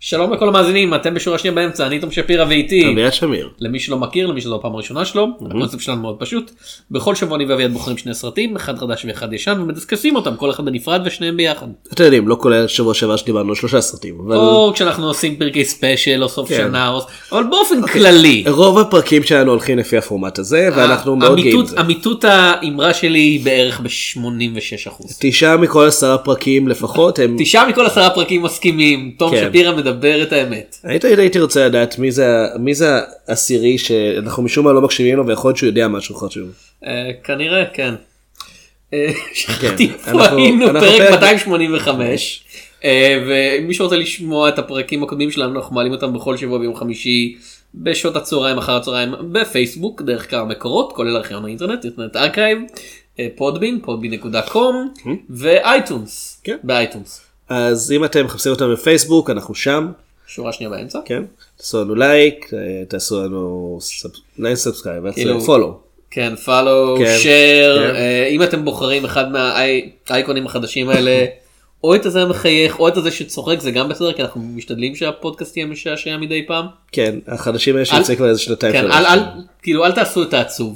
שלום לכל המאזינים, אתם בשורה שנייה באמצע, אני תום שפירא ואיתי. אביעד שמיר. למי שלא מכיר, למי שזו הפעם הראשונה שלו, הקונספט שלנו מאוד פשוט. בכל שבוע אני ואביעד בוחרים שני סרטים, אחד חדש ואחד ישן, ומדסקסים אותם, כל אחד בנפרד ושניהם ביחד. אתם יודעים, לא כולל שבוע שעבר שדיברנו 3 סרטים. או כשאנחנו עושים פרקי ספיישל או סוף שנה, אבל באופן כללי. רוב הפרקים שלנו הולכים לפי הפורמט הזה, ואנחנו מאוד גאים בזה. אמיתות האמרה שלי היא בערך ב-86%. 9 מכל 10 פרקים לפחות הם... 9 מכל 10 פרקים מסכימים, תום שפירא מדבר את האמת. הייתי רוצה לדעת מי זה העשירי שאנחנו משום מה לא מקשיבים לו ויכול להיות שהוא יודע משהו חשוב. כנראה כן. שכחתי איפה היינו פרק 285 ומי שרוצה לשמוע את הפרקים הקודמים שלנו אנחנו מעלים אותם בכל שבוע ביום חמישי בשעות הצהריים אחר הצהריים בפייסבוק דרך כלל מקורות כולל ארכיון האינטרנט אינטרנט ארכייב פודבין podbean.com ואייטונס באייטונס. אז אם אתם מחפשים אותם בפייסבוק אנחנו שם. שורה שנייה באמצע. כן. תעשו לנו לייק, תעשו לנו סאבסקרייב, פולו. כן, פולו, שייר. אם אתם בוחרים אחד מהאייקונים החדשים האלה, או את הזה המחייך, או את הזה שצוחק, זה גם בסדר, כי אנחנו משתדלים שהפודקאסט יהיה משעשע מדי פעם. כן, החדשים האלה שיוצא כבר איזה שנתיים. כן, כאילו אל תעשו את העצוב.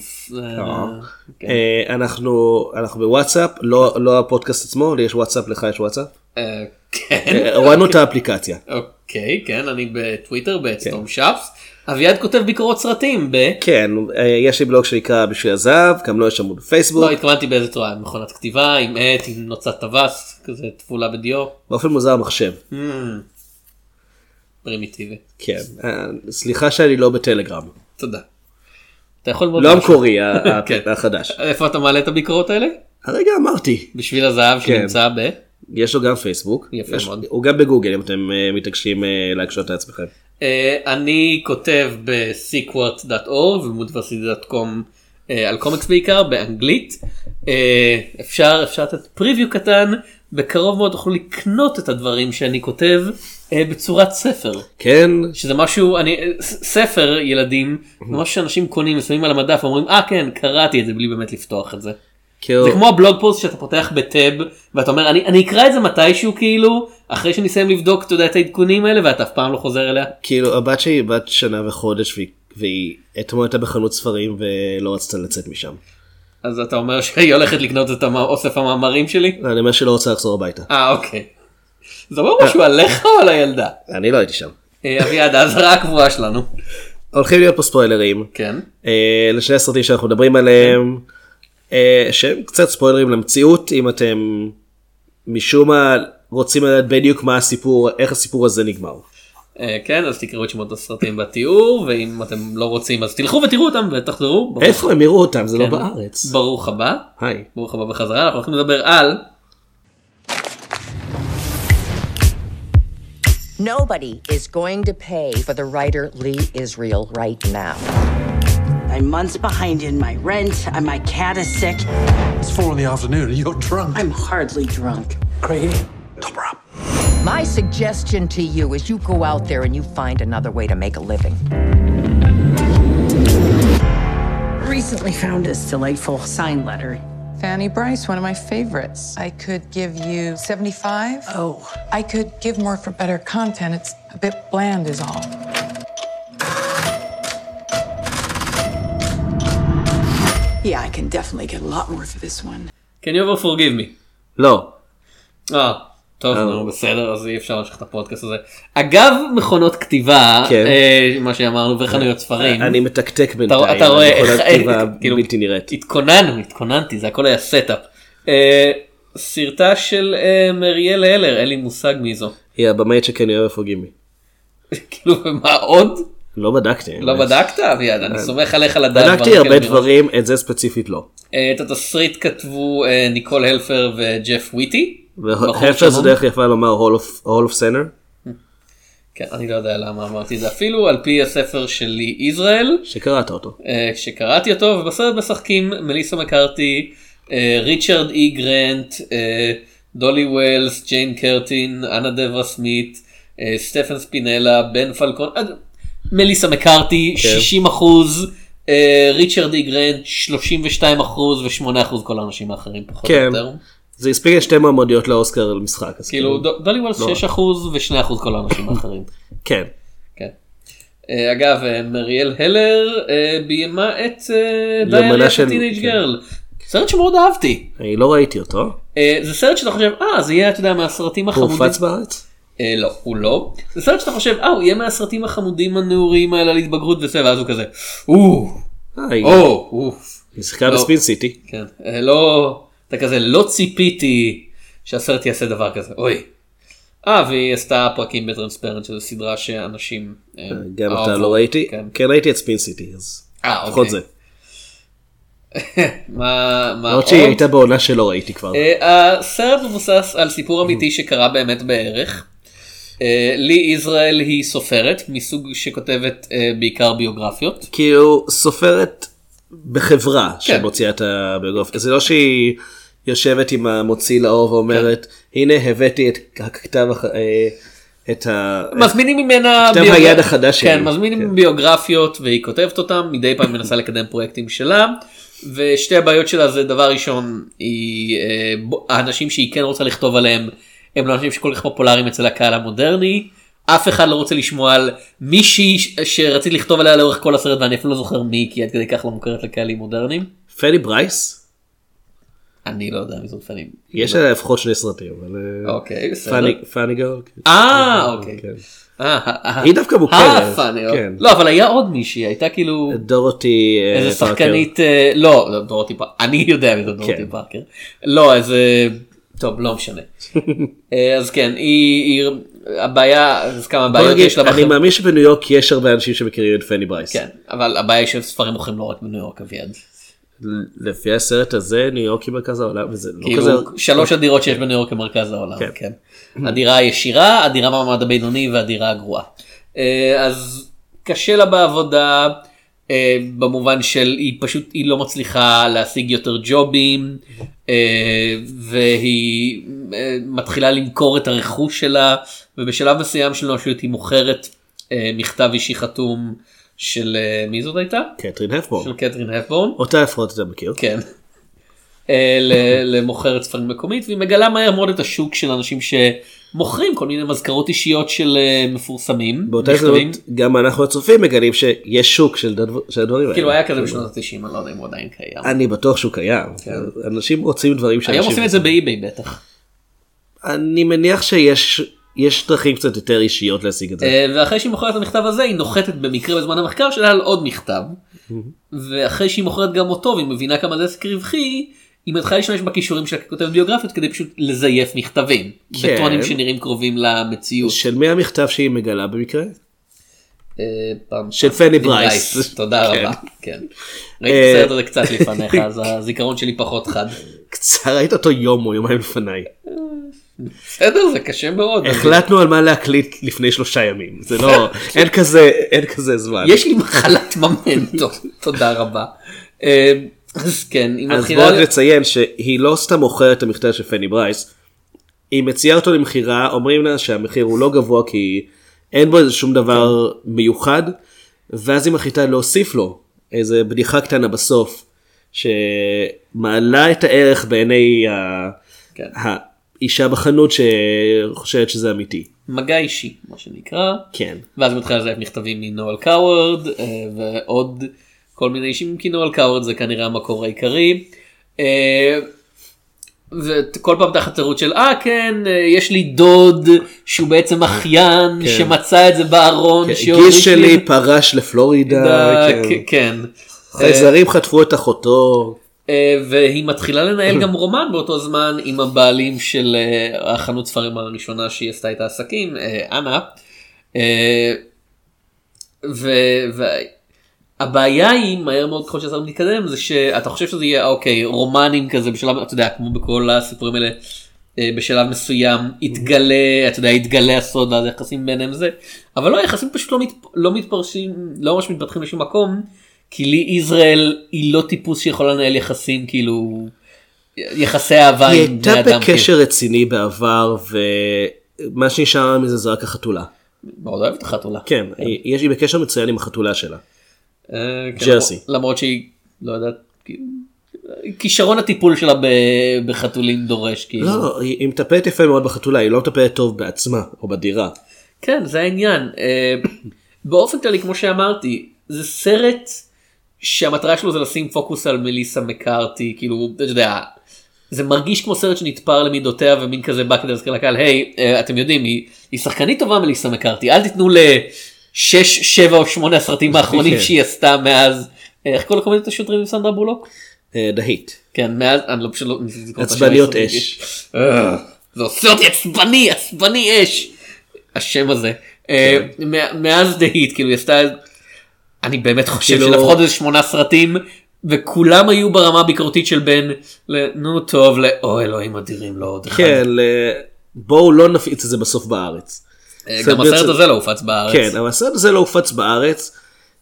אנחנו בוואטסאפ, לא הפודקאסט עצמו, לי יש וואטסאפ, לך יש וואטסאפ. כן. הורדנו את האפליקציה. אוקיי, כן, אני בטוויטר, בצטום שפס. אביעד כותב ביקורות סרטים כן, יש לי בלוג שנקרא בשביל הזהב, גם לא יש עמוד בפייסבוק. לא, התכוונתי באיזה צורה, עם מכונת כתיבה, עם עט, עם נוצת טווס, כזה תפולה בדיו. באופן מוזר מחשב. פרימיטיבי. כן, סליחה שאני לא בטלגרם. תודה. אתה יכול ללמוד לא המקורי, החדש. איפה אתה מעלה את הביקורות האלה? הרגע אמרתי. בשביל הזהב שנמצא ב... יש לו גם פייסבוק. יפה מאוד. הוא גם בגוגל אם אתם מתעקשים להקשות את עצמכם. אני כותב ב-sequart.org ומודversity.com על קומיקס בעיקר באנגלית. אפשר לתת פריוויו קטן, בקרוב מאוד תוכלו לקנות את הדברים שאני כותב בצורת ספר. כן. שזה משהו, ספר ילדים, משהו שאנשים קונים, שמים על המדף ואומרים, כן, קראתי את זה בלי באמת לפתוח את זה. זה כמו הבלוג פוסט שאתה פותח בטאב ואתה אומר אני אקרא את זה מתישהו כאילו אחרי שנסיים לבדוק אתה יודע את העדכונים האלה ואתה אף פעם לא חוזר אליה. כאילו הבת שלי בת שנה וחודש והיא אתמול הייתה בחנות ספרים ולא רצתה לצאת משם. אז אתה אומר שהיא הולכת לקנות את אוסף המאמרים שלי? אני אומר שלא רוצה לחזור הביתה. אוקיי. זה אומר משהו עליך או על הילדה? אני לא הייתי שם. אביעד, ההזרה הקבועה שלנו. הולכים להיות פה ספוילרים. כן. לשני הסרטים שאנחנו מדברים עליהם. שהם קצת ספוילרים למציאות אם אתם משום מה רוצים לדעת בדיוק מה הסיפור איך הסיפור הזה נגמר. כן, אז תקראו את שמות הסרטים בתיאור ואם אתם לא רוצים אז תלכו ותראו אותם ותחזרו. איפה הם יראו אותם? זה לא בארץ. ברוך הבא. היי. ברוך הבא בחזרה. אנחנו הולכים לדבר על Nobody is going to pay for the writer Lee Israel right now. I'm months behind in my rent, and my cat is sick. It's 4 in the afternoon and you're drunk. I'm hardly drunk. Craigie, top her up. My suggestion to you is you go out there and you find another way to make a living. Recently found this delightful sign letter. Fanny Bryce, one of my favorites. I could give you 75. Oh. I could give more for better content. It's a bit bland is all. Yeah, I can definitely get a lot more for this one. Can you ever forgive me? לא. טוב, נו, בסדר, אז אי אפשר להמשיך את הפודקאסט הזה. אגב מכונות כתיבה, מה שאמרנו, וחנויות ספרים. אני מתקתק בינתיים. אתה רואה מכונת כתיבה בלתי נראית. התכוננתי, זה הכל היה סטאפ. סרטה של מריאל הלר, אין לי מושג מי זו. היא הבמאית שכן you ever forgive me. כאילו, מה עוד? לא בדקתי. לא בדקת, אביעד? אני סומך עליך לדעת. בדקתי הרבה דברים, את זה ספציפית לא. את התסריט כתבו ניקול הלפר וג'ף וויטי. והלפר זה דרך יפה לומר Hall of Sinner. כן, אני לא יודע למה אמרתי זה אפילו, על פי הספר שלי ישראל. שקראת אותו. שקראתי אותו, ובסרט משחקים מליסה מקארתי, ריצ'רד אי גרנט, דולי ווילס, ג'יין קרטין, אנה דברה סמית, סטפן ספינלה, בן פלקון, מליסה מקארתי 60%, ריצ'רד אי גרנט 32% ו8% כל האנשים האחרים פחות או יותר. זה הספיק 2 מועמדויות לאוסקר למשחק. כאילו דולי וולס 6% ו2% כל האנשים האחרים. כן. אגב, מריאל הלר ביימה את דיירי של טינג' גרל. סרט שמאוד אהבתי. אני לא ראיתי אותו. זה סרט שאתה חושב, זה יהיה, אתה יודע, מהסרטים החמודים. הוא הופץ בארץ? לא, הוא לא. זה סרט שאתה חושב, הוא יהיה מהסרטים החמודים הנאוריים האלה על התבגרות וזה, ואז הוא כזה, היא שיחקה בספין סיטי. כן, אתה כזה, לא ציפיתי שהסרט יעשה דבר כזה, אוי. והיא עשתה פרקים בטרנספרנט, שזו סדרה שאנשים... גם אתה לא ראיתי? כן, ראיתי את ספין סיטי, אז לפחות זה. מה עוד שהיא הייתה בעונה שלא ראיתי כבר. הסרט מבוסס על סיפור אמיתי שקרה באמת בערך. לי ישראל היא סופרת מסוג שכותבת בעיקר ביוגרפיות. כאילו סופרת בחברה שמוציאה את הביוגרפיה. זה לא שהיא יושבת עם המוציא לאור ואומרת הנה הבאתי את הכתב מזמינים ממנה כתב היד החדש שלי. כן, מזמינים ביוגרפיות והיא כותבת אותם, מדי פעם מנסה לקדם פרויקטים שלה, ושתי הבעיות שלה זה דבר ראשון, האנשים שהיא כן רוצה לכתוב עליהם הם לא אנשים שכל כך פופולריים אצל הקהל המודרני, אף אחד לא רוצה לשמוע על מישהי שרציתי לכתוב עליה לאורך כל הסרט ואני אפילו לא זוכר מי, כי עד כדי כך לא מוכרת לקהלים מודרניים. פני ברייס? אני לא יודע מי זאת פני. יש עליה לפחות 2 סרטים, אבל... אוקיי, בסדר. פני גרל. אוקיי. היא דווקא מוכרת. לא, אבל היה עוד מישהי, הייתה כאילו... דורותי איזה שחקנית, לא, דורותי פארקר. אני יודע מי זאת דורותי פארקר. לא, איזה... טוב, לא משנה. אז כן, הבעיה, אז כמה בעיות יש לה. אני מאמין שבניו יורק יש הרבה אנשים שמכירים את פני ברייס. כן, אבל הבעיה היא שספרים מוכרים לא רק בניו יורק, אביעד. לפי הסרט הזה ניו יורק היא מרכז העולם, וזה לא כאילו כזה... 3 הדירות שיש בניו יורק כמרכז העולם, כן. הדירה הישירה, הדירה במעמד הבינוני והדירה הגרועה. אז קשה לה בעבודה, במובן של היא לא מצליחה להשיג יותר ג'ובים, והיא מתחילה למכור את הרכוש שלה, ובשלב מסוים של נושיות היא מוכרת מכתב אישי חתום של מי זאת הייתה? קתרין הפבורן. של קתרין הפבורן. אותה לפחות אתה מכיר. כן. למוכרת ספרים מקומית, והיא מגלה מהר מאוד את השוק של אנשים שמוכרים כל מיני מזכרות אישיות של מפורסמים. באותה הזדמנות גם אנחנו הצופים מגלים שיש שוק של הדברים האלה. כאילו היה כזה בשנות ה-90, אני לא יודע אם הוא עדיין קיים. אני בטוח שהוא קיים. אנשים רוצים דברים שאנשים... היום עושים את זה באי-ביי בטח. אני מניח שיש דרכים קצת יותר אישיות להשיג את זה. ואחרי שהיא מוכרת את המכתב הזה, היא נוחתת במקרה בזמן המחקר שלה על עוד מכתב. ואחרי שהיא מוכרת גם אותו, והיא מבינה כמה זה עסק רווחי, היא מתחילה להשתמש בכישורים שלה ככותבת ביוגרפיות, כדי פשוט לזייף מכתבים. בטונים שנראים קרובים למציאות. של מי המכתב שהיא מגלה במקרה? של פני ברייס. תודה רבה. כן. ראיתי את הסרט הזה קצת לפניך, אז הזיכרון שלי פחות חד. קצר, ראית אותו יום או יומיים לפניי. בסדר, זה קשה מאוד. החלטנו על מה להקליט לפני 3 ימים. זה לא, אין כזה זמן. יש לי מחלת ממנטו. תודה רבה. אז כן, היא מתחילה... אז בואו נציין שהיא לא סתם מוכרת את המכתב של פני ברייס. היא מציעה אותו למחירה, אומרים לה שהמחיר הוא לא גבוה כי אין בו איזה שום דבר מיוחד, ואז היא מחליטה להוסיף לו איזה בדיחה קטנה בסוף, שמעלה את הערך בעיני האישה בחנות שחושבת שזה אמיתי. מגע אישי, מה שנקרא. כן. ואז היא מתחילה לזייף מכתבים מנואל קאוורד, ועוד כל מיני אישים, כי נואל קאוורד זה כנראה המקור העיקרי. וכל פעם תחת תירוץ של כן, יש לי דוד שהוא בעצם אחיין שמצא את זה בארון, גיס שלי פרש לפלורידה, כן, חייזרים חטפו את אחותו, והיא מתחילה לנהל גם רומן באותו זמן עם הבעלים של החנות ספרים הראשונה שהיא עשתה את העסקים, אנה, הבעיה היא, מהר מאוד ככל שהסרט מתקדם, זה שאתה חושב שזה יהיה, אוקיי, רומנים כזה בשלב, אתה יודע, כמו בכל הסיפורים האלה, בשלב מסוים, יתגלה הסוד, ואז היחסים ביניהם זה, אבל לא, היחסים פשוט לא מתפרשים, לא ממש מתפתחים לשום מקום, כי לי ישראל היא לא טיפוס שיכולה לנהל יחסים, כאילו, יחסי אהבה עם בני אדם. היא הייתה בקשר רציני בעבר, ומה שנשאר מזה זה רק החתולה. מאוד אוהבת החתולה. כן, היא בקשר מצוין עם החתולה שלה. ג'רסי. למרות שהיא, לא יודעת, כישרון הטיפול שלה בחתולים דורש כאילו. לא, היא מטפלת יפה מאוד בחתולה, היא לא מטפלת טוב בעצמה או בדירה. כן, זה העניין. באופן כללי, כמו שאמרתי, זה סרט שהמטרה שלו זה לשים פוקוס על מליסה מקארתי, כאילו, אתה יודע, זה מרגיש כמו סרט שנתפר למידותיה ומין כזה בא כדי להזכיר לקהל, היי, אתם יודעים, היא שחקנית טובה מליסה מקארתי, אל תיתנו ל6, 7 או 8 הסרטים האחרונים שהיא עשתה מאז, איך כל הקומדיות השוטרים עם סנדרה בולוק? דהית. כן, מאז, אני לא פשוט לא... עצבניות אש. זה עושה אותי עצבני אש. השם הזה. מאז דהית, כאילו, היא עשתה... אני באמת חושב שלפחות איזה 8 סרטים, וכולם היו ברמה הביקורתית של בין, נו טוב, אלוהים אדירים, לא עוד אחד. כן, בואו לא נפיץ את זה בסוף בארץ. גם הסרט הזה לא הופץ בארץ. כן, אבל הסרט הזה לא הופץ בארץ,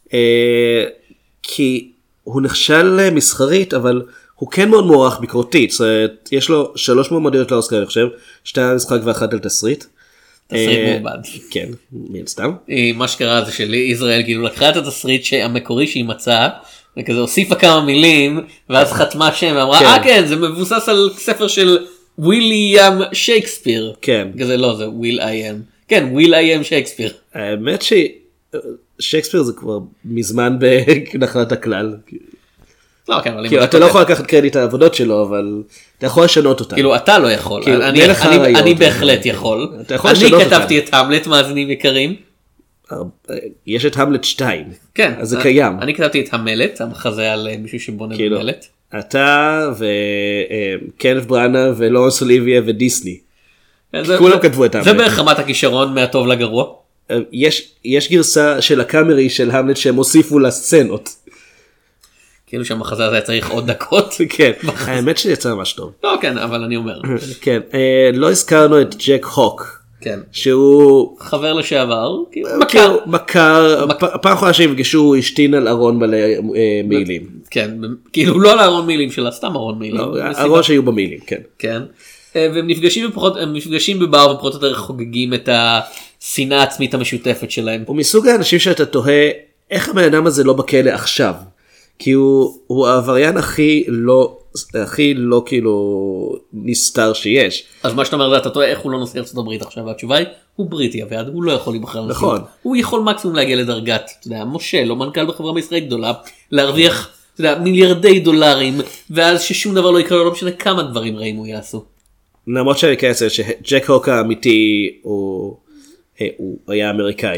כי הוא נכשל מסחרית, אבל הוא כן מאוד מוערך ביקורתית. זאת אומרת, יש לו 3 מועמדויות לאוסקר, אני חושב, 2 על משחק ו1 על תסריט. תסריט מעובד. כן, מן סתם. מה שקרה זה שישראל כאילו לקחה את התסריט המקורי שהיא מצאה, וכזה הוסיפה כמה מילים, ואז חתמה שם ואמרה, כן, זה מבוסס על ספר של וויליאם שייקספיר. כן. כזה לא, זה וויל איי-אם. כן, וויל איי-אם שייקספיר. האמת ששייקספיר זה כבר מזמן בנחלת הכלל. לא, כן, אבל אתה לא יכול לקחת קרדיט העבודות שלו, אבל אתה יכול לשנות אותה. כאילו, אתה לא יכול. אני בהחלט יכול. אני כתבתי את המלט, מאזינים יקרים. יש את המלט 2. כן. אז זה קיים. אני כתבתי את המלט, המחזה על מישהו שבונה במלט. אתה וקנף בראנה ולורנס אוליביה ודיסני. כולם כתבו את המלט. זה בערך רמת הכישרון מהטוב לגרוע. יש גרסה של הקאמרי של המלט שהם הוסיפו לסצנות. כאילו שהמחזה הזה צריך עוד דקות. כן, האמת שיצא ממש טוב. לא, כן, אבל אני אומר. כן, לא הזכרנו את ג'ק הוק. כן. שהוא... חבר לשעבר. מכר. הפעם האחרונה שהם נפגשו הוא השתין על ארון מלא מעילים. כן, כאילו לא על ארון מעילים שלה, סתם ארון מעילים. ארון שהיו במעילים, כן. כן. והם נפגשים בבר ופחות או יותר חוגגים את השנאה העצמית המשותפת שלהם. הוא מסוג האנשים שאתה תוהה איך הבן אדם הזה לא בכלא עכשיו. כי הוא העבריין הכי לא כאילו נסתר שיש. אז מה שאתה אומר זה אתה טועה איך הוא לא נושא ארצות הברית עכשיו, והתשובה היא הוא בריטי אביעד, הוא לא יכול להיבחר. נכון. הוא יכול מקסימום להגיע לדרגת, אתה יודע, מושל או מנכ"ל בחברה בישראל גדולה, להרוויח, אתה יודע, מיליארדי דולרים, ואז ששום דבר לא יקרה לו, לא משנה כמה דברים רעים הוא יעשו. למרות שאני כעצר שג'ק הוק האמיתי הוא היה אמריקאי.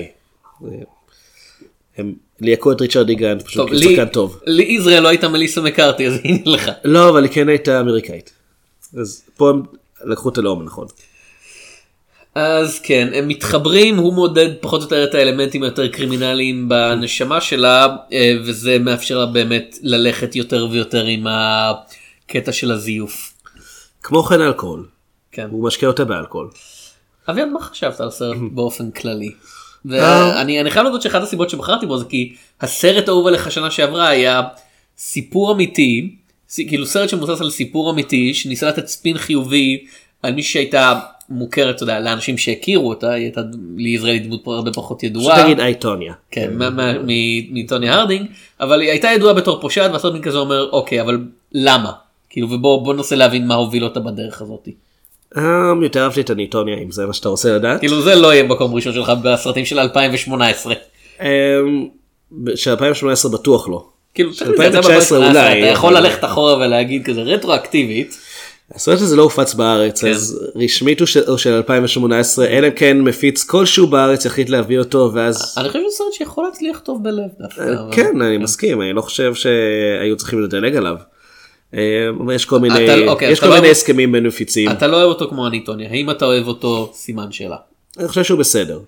הם ליהקו את ריצ'רד דיגן, פשוט כשחקן טוב. לישראל לא הייתה מליסה מקארתי, אז הנה לך. לא, אבל היא כן הייתה אמריקאית. אז פה הם לקחו את הלאום, נכון. אז כן, הם מתחברים, הוא מודד פחות או יותר את האלמנטים היותר קרימינליים בנשמה שלה, וזה מאפשר לה באמת ללכת יותר ויותר עם הקטע של הזיוף. כמו כן אלכוהול. כן. הוא משקה אותה באלכוהול. אביעד, מה חשבת על הסרט באופן כללי? ואני חייב לדעת שאחת הסיבות שבחרתי בו זה כי הסרט האהוב עליך שנה שעברה היה סיפור אמיתי, כאילו סרט שמבוסס על סיפור אמיתי שניסה לתת ספין חיובי על מישהי שהייתה מוכרת, אתה יודע, לאנשים שהכירו אותה, היא הייתה לישראל דמות הרבה פחות ידועה. שתגיד טוניה. כן, מטוניה הרדינג, אבל היא הייתה ידועה בתור פושעת, והסרט מין כזה אומר, אוקיי, אבל למה? כאילו, ובוא ננסה להבין מה הוביל אותה בדרך הזאת. יותר אהבתי את טוניה, אם זה מה שאתה רוצה לדעת. כאילו, זה לא יהיה מקום ראשון שלך בסרטים של 2018. של 2018 בטוח לא. כאילו, של 2019 אולי. אתה יכול ללכת אחורה ולהגיד כזה רטרואקטיבית. הסרט הזה לא הופץ בארץ, אז רשמית הוא של 2018, אלא כן מפיץ כלשהו בארץ יחליט להביא אותו, ואז... אני חושב שזה סרט שיכול להצליח טוב בלב דווקא. כן, אני מסכים, אני לא חושב שהיו צריכים לדלג עליו. יש כל מיני הסכמים בין מפיצים. אתה לא אוהב אותו כמו טוניה, האם אתה אוהב אותו סימן שאלה? אני חושב שהוא בסדר.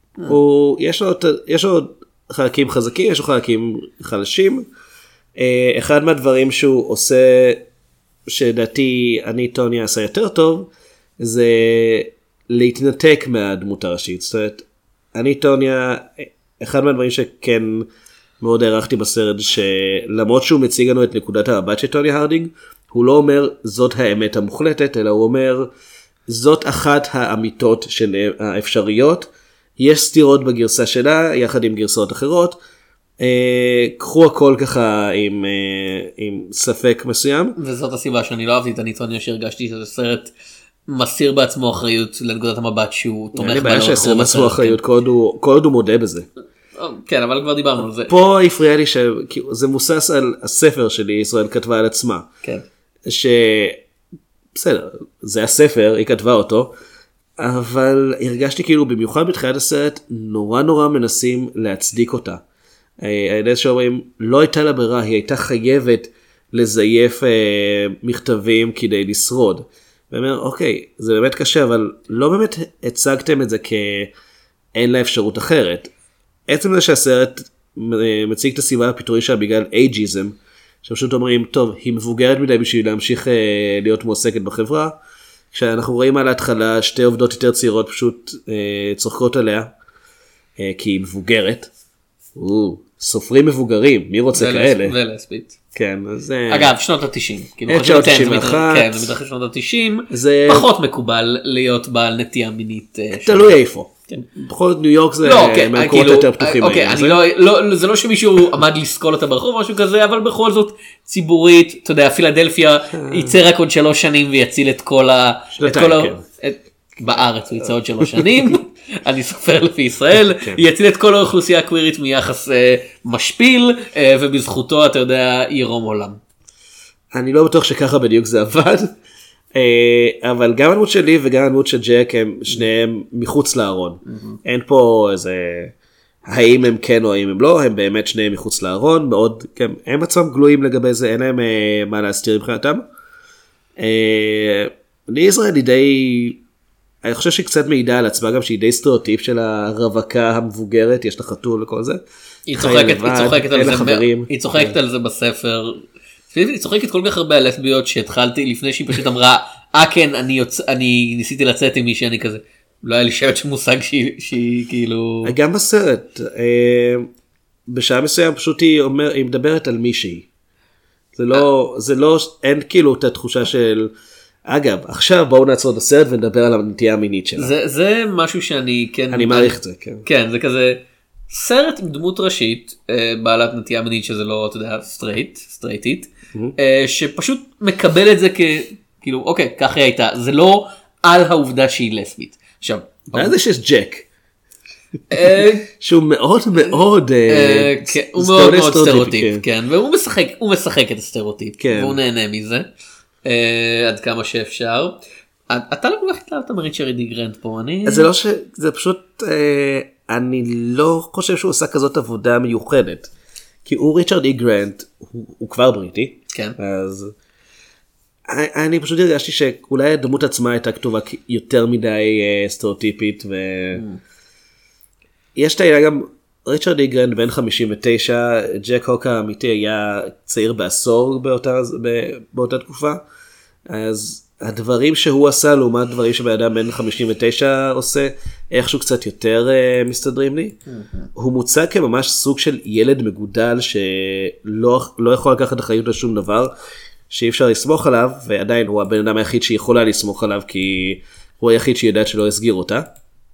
יש לו חלקים חזקים, יש לו חלקים חלשים. אחד מהדברים שהוא עושה, שדעתי טוניה עשה יותר טוב, זה להתנתק מהדמות הראשית. זאת אומרת, טוניה, אחד מהדברים שכן מאוד הערכתי בסרט, שלמרות שהוא מציג לנו את נקודת המבט של טוניה הרדינג, הוא לא אומר זאת האמת המוחלטת, אלא הוא אומר זאת אחת האמיתות של האפשריות, יש סתירות בגרסה שלה יחד עם גרסאות אחרות, קחו הכל ככה עם ספק מסוים. וזאת הסיבה שאני לא אהבתי את הניצוניה שהרגשתי שזה סרט מסיר בעצמו אחריות לנקודת המבט שהוא תומך אין לי בעיה שהסרט בעצמו אחריות כל עוד הוא מודה בזה. כן, אבל כבר דיברנו על זה. פה הפריע לי שזה מוסס על הספר שלי, ישראל כתבה על עצמה. כן. בסדר, זה הספר, היא כתבה אותו, אבל הרגשתי כאילו במיוחד בתחילת הסרט נורא מנסים להצדיק אותה. הידי שאומרים, לא הייתה לה ברירה, היא הייתה חייבת לזייף מכתבים כדי לשרוד. ואומר, אוקיי, זה באמת קשה, אבל לא באמת הצגתם את זה כאין לה אפשרות אחרת. עצם זה שהסרט מציג את הסיבה הפיטורי שלה בגלל אייג'יזם, שפשוט אומרים, טוב, היא מבוגרת מדי בשביל להמשיך להיות מועסקת בחברה, כשאנחנו רואים על ההתחלה שתי עובדות יותר צעירות פשוט צוחקות עליה, כי היא מבוגרת. סופרים מבוגרים, מי רוצה כאלה? ולסבית. כן, אז... אגב, שנות ה-90. שנות ה-91. כן, זה מתרחש שנות ה-90. פחות מקובל להיות בעל נטייה מינית. תלוי איפה. בכל זאת ניו יורק זה מהקורות יותר פתוחים. אוקיי, זה לא שמישהו עמד לסקול אותה ברחוב או משהו כזה, אבל בכל זאת ציבורית, אתה יודע, פילדלפיה ייצא רק עוד 3 שנים ויציל את כל ה... בארץ הוא יצא עוד 3 שנים, אני סופר לפי ישראל, יציל את כל האוכלוסייה הקווירית מיחס משפיל, ובזכותו אתה יודע ירום עולם. אני לא בטוח שככה בדיוק זה עבד, אבל גם הדמות שלי וגם הדמות של ג'ק הם שניהם מחוץ לארון. אין פה איזה האם הם כן או האם הם לא, הם באמת שניהם מחוץ לארון, מאוד, הם עצמם גלויים לגבי זה, אין להם מה להסתיר מבחינתם. אני ישראל היא די... אני חושב שהיא קצת מעידה על עצמה גם שהיא די סטריאוטיפ של הרווקה המבוגרת, יש לה חתול וכל זה. היא צוחקת על זה בספר, היא צוחקת כל כך הרבה על לסביות שהתחלתי לפני שהיא פשוט אמרה, כן, אני ניסיתי לצאת עם מישהי, אני כזה, לא היה לי שבת שמושג שהיא כאילו... גם בסרט, בשעה מסוים פשוט היא מדברת על מישהי. זה לא, אין כאילו את התחושה של... אגב, עכשיו בואו נעצור את הסרט ונדבר על הנטייה המינית שלה. זה משהו שאני כן... אני מעריך את זה, כן. כן, זה כזה סרט עם דמות ראשית, בעלת נטייה מינית שזה לא, אתה יודע, סטרייטית, שפשוט מקבל את זה כאילו, אוקיי, ככה היא הייתה. זה לא על העובדה שהיא לסבית. עכשיו... זה שיש ג'ק. שהוא מאוד מאוד... הוא מאוד מאוד סטריאוטיפ, כן. והוא משחק את הסטריאוטיפ. והוא נהנה מזה. עד כמה שאפשר. אתה לא כל כך התלהבת מריצ'רד די גרנט פה. זה פשוט אני לא חושב שהוא עושה כזאת עבודה מיוחדת כי הוא ריצ'רד די גרנט הוא כבר בריטי, אז אני פשוט הרגשתי שאולי הדמות עצמה הייתה כתובה יותר מדי סטריאוטיפית, ויש את העניין גם ריצ'רד די גרנט בן 59, ג'ק הוק האמיתי היה צעיר בעשור באותה תקופה, אז הדברים שהוא עשה לעומת דברים שבאדם בן 59 עושה, איכשהו קצת יותר מסתדרים לי. הוא מוצג כממש סוג של ילד מגודל שלא יכול לקחת אחריות על שום דבר, שאי אפשר לסמוך עליו, ועדיין הוא הבן אדם היחיד שיכולה לסמוך עליו, כי הוא היחיד שיודעת שלא יסגיר אותה.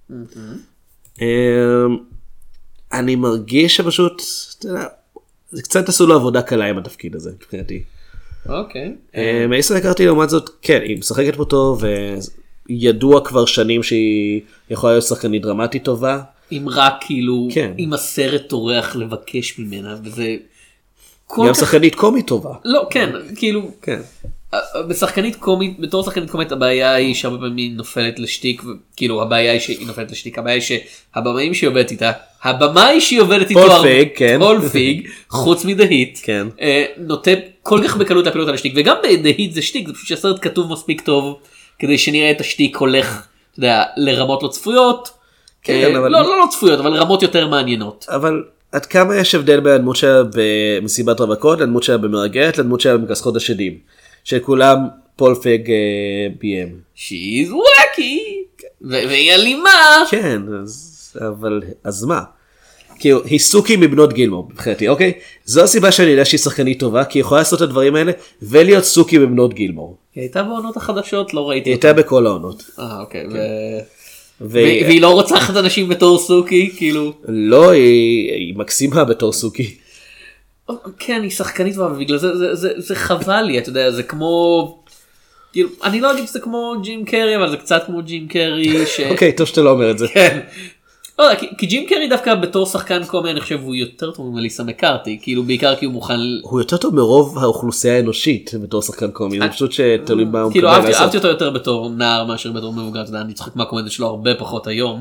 אני מרגיש שפשוט, זה קצת עשו לו עבודה קלה עם התפקיד הזה, מבחינתי. אוקיי. מייסון הכרתי לעומת זאת, כן, היא משחקת פה טוב, וידוע כבר שנים שהיא יכולה להיות שחקנית דרמטית טובה. אם רק כאילו, אם הסרט טורח לבקש ממנה, וזה... גם שחקנית קומית טובה. לא, כן, כאילו... כן. בשחקנית קומית, בתור שחקנית קומית הבעיה היא שהרבה פעמים היא נופלת לשטיק, כאילו הבעיה היא שהיא נופלת לשטיק, הבעיה היא שהבמאים שהיא עובדת איתה, הבמאי שהיא עובדת איתו, פול פיג, חוץ מדהית, נוטה כל כך בקלות להפיל אותה לשטיק, וגם בדהית זה שטיק, זה פשוט שהסרט כתוב מספיק טוב, כדי שנראה את השטיק הולך, אתה יודע, לרמות לא צפויות, לא צפויות, אבל רמות יותר מעניינות. אבל עד כמה יש הבדל בין הדמות שלה במסיבת רווקות, לדמות שלה במרגלת, לדמות שלה במכסחות השדים? שכולם פול פיג ביים. She's wacky. והיא אלימה. כן, אבל אז מה? כאילו, היא סוקי מבנות גילמור, מבחינתי, אוקיי? זו הסיבה שאני יודע שהיא שחקנית טובה, כי היא יכולה לעשות את הדברים האלה, ולהיות סוקי מבנות גילמור. היא הייתה בעונות החדשות, לא ראיתי אותה. היא הייתה בכל העונות. אוקיי. והיא לא רוצחת אנשים בתור סוקי, כאילו. לא, היא מקסימה בתור סוקי. כן, היא שחקנית, ובגלל זה חבל לי, אתה יודע, זה כמו, כאילו, אני לא אגיד שזה כמו ג'ים קרי, אבל זה קצת כמו ג'ים קרי. אוקיי, טוב שאתה לא אומר את זה. כן. לא יודע, כי ג'ים קרי דווקא בתור שחקן קומי, אני חושב הוא יותר טוב ממליסה מקארתי, כאילו בעיקר כי הוא מוכן... הוא יותר טוב מרוב האוכלוסייה האנושית בתור שחקן קומי, זה פשוט שתלוי מה הוא כאילו מקבל לעשות. אהבתי אותו יותר בתור נער מאשר בתור מבוגר, אתה יודע, אני צוחק מהקומדיה שלו הרבה פחות היום.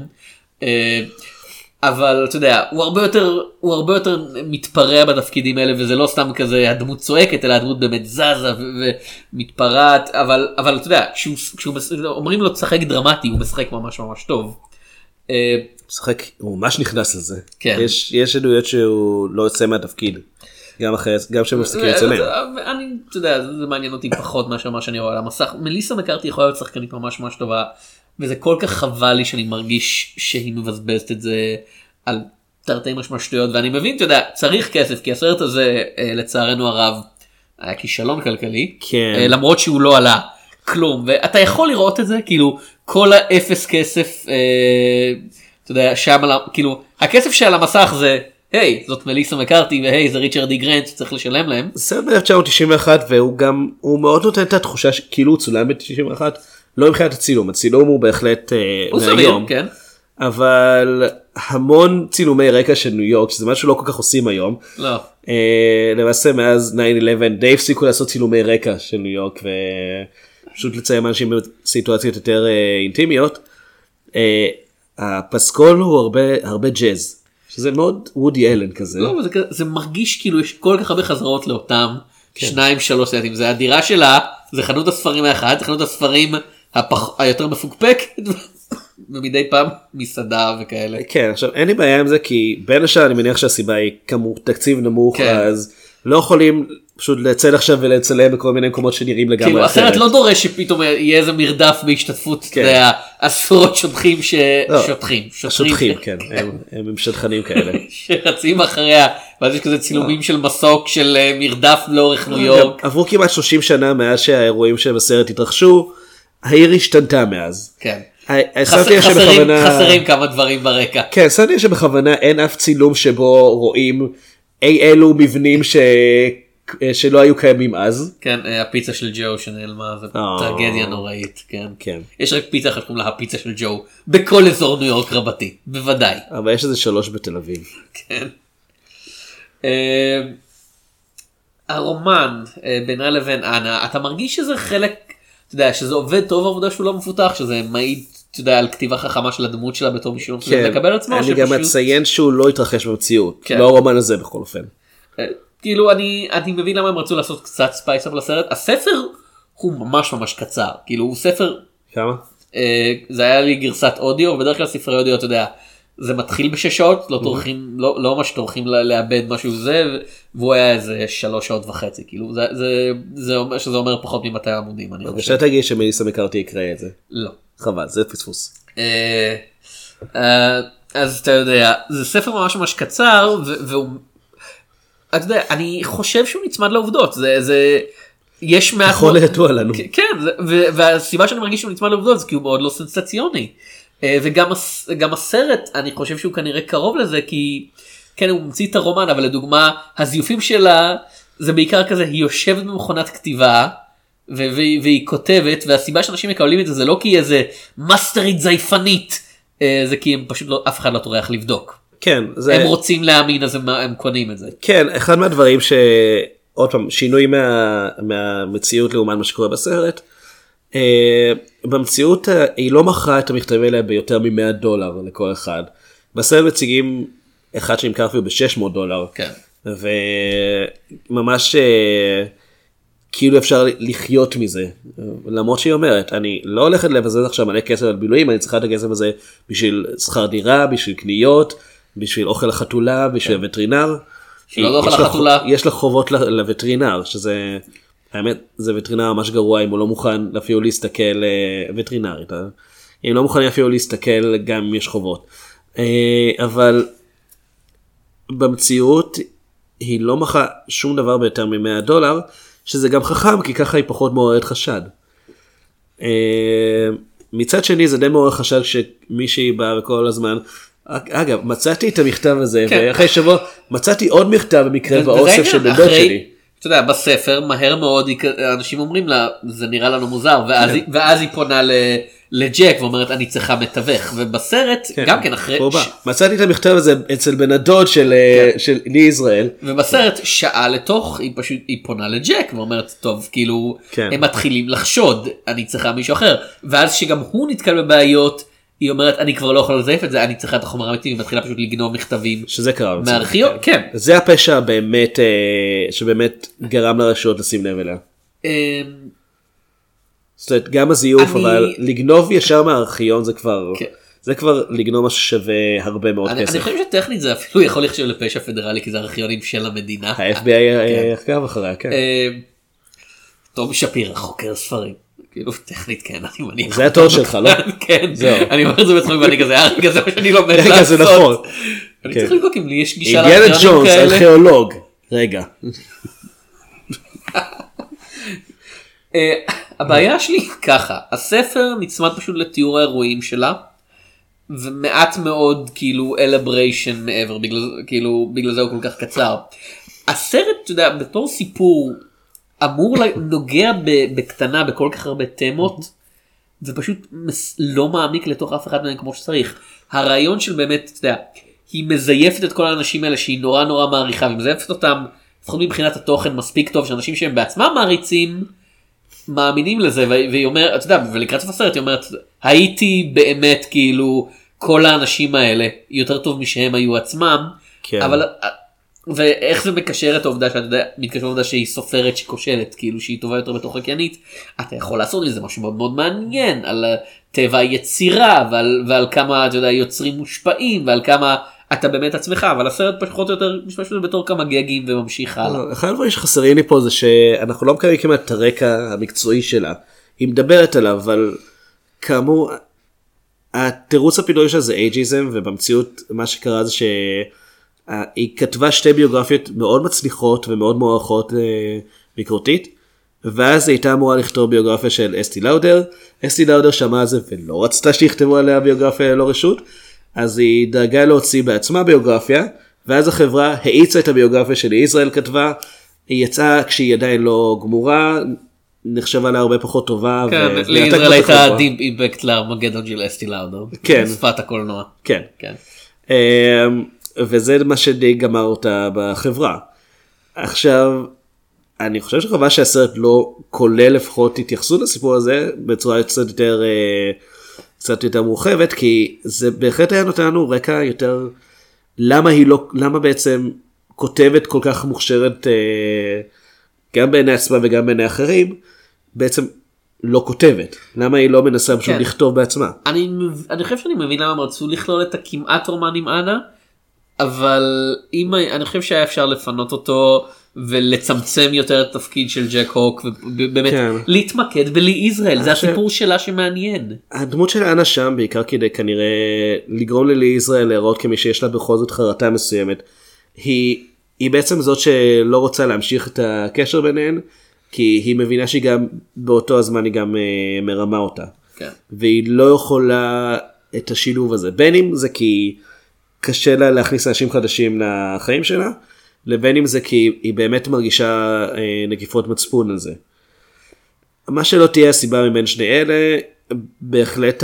אבל אתה יודע, הוא הרבה יותר מתפרע בתפקידים האלה, וזה לא סתם כזה הדמות צועקת, אלא הדמות באמת זזה ומתפרעת, אבל אתה יודע, כשאומרים לו תשחק דרמטי, הוא משחק ממש ממש טוב. משחק, הוא ממש נכנס לזה. כן. יש עדויות שהוא לא יוצא מהתפקיד. גם שמפסיקים לצלם. אתה יודע, זה מעניין אותי פחות מאשר מה שאני רואה על המסך. מליסה מקארתי יכולה להיות שחקנית ממש ממש טובה, וזה כל כך חבל לי שאני מרגיש שהיא מבזבזת את זה על תרתי משמע שטויות, ואני מבין, אתה יודע, צריך כסף, כי הסרט הזה, לצערנו הרב, היה כישלון כלכלי, למרות שהוא לא עלה כלום, ואתה יכול לראות את זה, כאילו, כל האפס כסף, אתה יודע, שם, כאילו, הכסף שעל המסך זה, היי, זאת מליסה מקארתי, והי, זה ריצ'רד די גרנט, צריך לשלם להם. זה ב-1991, והוא גם, הוא מאוד נותן את התחושה שכאילו הוא צולם ב-91, לא מבחינת הצילום, הצילום הוא בהחלט מהיום, כן. אבל המון צילומי רקע של ניו יורק, שזה משהו לא כל כך עושים היום. לא. למעשה מאז 9/11 די הפסיקו לעשות צילומי רקע של ניו יורק, ופשוט לציין אנשים בסיטואציות יותר אינטימיות. הפסקול הוא הרבה ג'אז, שזה מאוד וודי אלן כזה. לא, זה מרגיש כאילו יש כל כך הרבה חזרות לאותם 2-3 סרטים, זה הדירה שלה, זה חנות הספרים האחד, זה חנות הספרים היותר מפוקפק, ומדי פעם מסעדה וכאלה. כן, עכשיו אין לי בעיה עם זה, כי בין השאר אני מניח שהסיבה היא כמות תקציב נמוך, אז לא יכולים פשוט לצל עכשיו ולצלם בכל מיני מקומות שנראים לגמרי אחרת. הסרט לא דורש שפתאום יהיה איזה מרדף בהשתתפות, עשרות שוטחים שוטחים, כן, הם שטחנים כאלה. שרצים אחריה, ואז יש כזה צילומים של מסוק של מרדף לאורך ניו יורק. עברו כמעט 30 שנה מאז שהאירועים של הסרט התרחשו, העיר השתנתה מאז. כן. חסרים כמה דברים ברקע. כן, שמתי שבכוונה אין אף צילום שבו רואים אי אלו מבנים שלא היו קיימים אז. כן, הפיצה של ג'ו שנעלמה, זה טרגדיה נוראית, כן. יש רק פיצה אחת קוראים לה הפיצה של ג'ו, בכל אזור ניו יורק רבתי, בוודאי. אבל יש איזה 3 בתל אביב. כן. הרומן בינה לבין אנה, אתה מרגיש שזה חלק, אתה יודע, שזה עובד טוב העבודה שהוא לא מפותח, שזה מעיד, אתה יודע, על כתיבה חכמה של הדמות שלה בתור מישהו לקבל עצמו. אני גם אציין שהוא לא התרחש במציאות, לא הרומן הזה בכל אופן. כאילו אני מבין למה הם רצו לעשות קצת ספייס אפ לסרט. הספר הוא ממש ממש קצר, כאילו הוא ספר, כמה? זה היה לי גרסת אודיו, ובדרך כלל ספרי אודיו, אתה יודע, זה מתחיל ב6 שעות, לא ממש טורחים לאבד משהו זה, והוא היה איזה 3.5 שעות, כאילו שזה אומר פחות מ200 עמודים, אני חושב. שאתה תגיד שמליסה מקארתי יקרא את זה. לא. חבל, זה פספוס. אז אתה יודע, זה ספר ממש ממש קצר, והוא, אתה יודע, אני חושב שהוא נצמד לעובדות, זה יש מעט... יכול להטוע לנו. כן, והסיבה שאני מרגיש שהוא נצמד לעובדות זה כי הוא מאוד לא סנסציוני. וגם הסרט, אני חושב שהוא כנראה קרוב לזה, כי כן, הוא ממציא את הרומן, אבל לדוגמה, הזיופים שלה, זה בעיקר כזה, היא יושבת במכונת כתיבה, והיא כותבת, והסיבה שאנשים מקבלים את זה, זה לא כי היא איזה מאסטרית זייפנית, זה כי הם פשוט לא, אף אחד לא טורח לבדוק. כן, זה... הם רוצים להאמין, אז הם קונים את זה. כן, אחד מהדברים עוד פעם, שינוי מהמציאות לעומת מה שקורה בסרט, במציאות היא לא מכרה את המכתבים האלה ביותר $100 לכל אחד. בסרט מציגים אחד שנמכר אפילו $600. כן. וממש כאילו אפשר לחיות מזה. למרות שהיא אומרת, אני לא הולכת לבזבז עכשיו מלא כסף על בילויים, אני צריכה את הכסף הזה בשביל שכר דירה, בשביל קניות, בשביל אוכל לחתולה, בשביל וטרינר. יש לה חובות לווטרינר, שזה, האמת, זה וטרינר ממש גרוע אם הוא לא מוכן אפילו להסתכל, וטרינרית, אם לא מוכן אפילו להסתכל גם אם יש חובות. אבל במציאות היא לא מחה שום דבר ביותר $100, שזה גם חכם, כי ככה היא פחות מעוררת חשד. מצד שני זה די מעורר חשד שמישהי באה וכל הזמן, אגב, מצאתי את המכתב הזה, ואחרי שבוע מצאתי עוד מכתב במקרה באוסף של בן דוד שלי. אתה יודע, בספר מהר מאוד אנשים אומרים לה, זה נראה לנו מוזר, ואז היא פונה לג'ק ואומרת, אני צריכה מתווך, ובסרט גם כן אחרי... מצאתי את המכתב הזה אצל בן הדוד של לי ישראל. ובסרט שעה לתוך, היא פונה לג'ק ואומרת, טוב, כאילו, הם מתחילים לחשוד, אני צריכה מישהו אחר, ואז שגם הוא נתקל בבעיות, היא אומרת, אני כבר לא יכול לזייף את זה, אני צריכה את החומר האמיתי, היא מתחילה פשוט לגנוב מכתבים. שזה קרה. מהארכיון, כן. זה הפשע באמת, שבאמת גרם לרשויות לשים לב אליה. זאת אומרת, גם הזיוף, אבל לגנוב ישר מהארכיון זה כבר לגנוב משהו שווה הרבה מאוד כסף. אני חושב שטכנית זה אפילו יכול לחשב לפשע פדרלי, כי זה ארכיונים של המדינה. ה-FBI עקב אחריה, כן. טומי שפירא, חוקר ספרים. כאילו טכנית כן, אני מניח. זה התור שלך, לא? כן, אני אומר את זה בצחוק ואני כזה, זה מה שאני לומד לעשות. זה נכון. אני צריך לבדוק אם לי יש גישה לארכיונים כאלה. אינדיאנה ג'ונס, ארכיאולוג. רגע. הבעיה שלי ככה, הספר נצמד פשוט לתיאור האירועים שלה, ומעט מאוד כאילו אלבריישן מעבר, כאילו בגלל זה הוא כל כך קצר. הסרט, אתה יודע, בתור סיפור, אמור נוגע בקטנה בכל כך הרבה תמות, ופשוט לא מעמיק לתוך אף אחד מהם כמו שצריך. הרעיון של באמת, אתה יודע, היא מזייפת את כל האנשים האלה שהיא נורא נורא מעריכה, והיא מזייפת אותם, לפחות מבחינת התוכן מספיק טוב, שאנשים שהם בעצמם מעריצים, מאמינים לזה, והיא אומרת, אתה יודע, ולקראת סוף הסרט היא אומרת, הייתי באמת כאילו, כל האנשים האלה, יותר טוב משהם היו עצמם, כן. אבל... ואיך זה מקשר את העובדה שאתה יודע, מתקשר לעובדה שהיא סופרת שכושלת, כאילו שהיא טובה יותר בתור חקיינית, אתה יכול לעשות מזה משהו מאוד מאוד מעניין, על טבע היצירה, ועל כמה, אתה יודע, יוצרים מושפעים, ועל כמה אתה באמת עצמך, אבל הסרט פחות או יותר משמש לזה בתור כמה גגים וממשיך הלאה. אחד הדברים שחסרים לי פה זה שאנחנו לא מקבלים כמעט את הרקע המקצועי שלה, היא מדברת עליו, אבל כאמור, התירוץ הפינוי שלה זה אייג'יזם, ובמציאות מה שקרה זה היא כתבה שתי ביוגרפיות מאוד מצליחות ומאוד מוערכות ביקורתית, ואז היא הייתה אמורה לכתוב ביוגרפיה של אסתי לאודר. אסתי לאודר שמעה על זה ולא רצתה שיכתבו עליה ביוגרפיה ללא רשות, אז היא דאגה להוציא בעצמה ביוגרפיה, ואז החברה האיצה את הביוגרפיה של ישראל כתבה, היא יצאה כשהיא עדיין לא גמורה, נחשבה לה הרבה פחות טובה. כן, לישראל הייתה דיפ אימפקט לארמגדון של אסתי לאודר. כן. שפת הקולנוע. כן. וזה מה שדי גמר אותה בחברה. עכשיו, אני חושב שחבל שהסרט לא כולל לפחות התייחסות לסיפור הזה, בצורה קצת יותר מורחבת, כי זה בהחלט היה נותן לנו רקע יותר, למה בעצם כותבת כל כך מוכשרת, גם בעיני עצמה וגם בעיני אחרים, בעצם לא כותבת. למה היא לא מנסה פשוט לכתוב בעצמה? אני חושב שאני מבין למה רצו לכלול את הכמעט רומן עם אנה, אבל אני חושב שהיה אפשר לפנות אותו ולצמצם יותר את התפקיד של ג'ק הוק, ובאמת להתמקד בלי ישראל, זה הסיפור שלה שמעניין. הדמות של אנה שם בעיקר כדי כנראה לגרום ללי ישראל להראות כמי שיש לה בכל זאת חרטה מסוימת, היא בעצם זאת שלא רוצה להמשיך את הקשר ביניהן, כי היא מבינה שהיא גם באותו הזמן היא גם מרמה אותה, והיא לא יכולה את השילוב הזה, בין אם זה כי קשה לה להכניס אנשים חדשים לחיים שלה, לבין אם זה כי היא באמת מרגישה נקיפות מצפון על זה. מה שלא תהיה הסיבה מבין שני אלה, בהחלט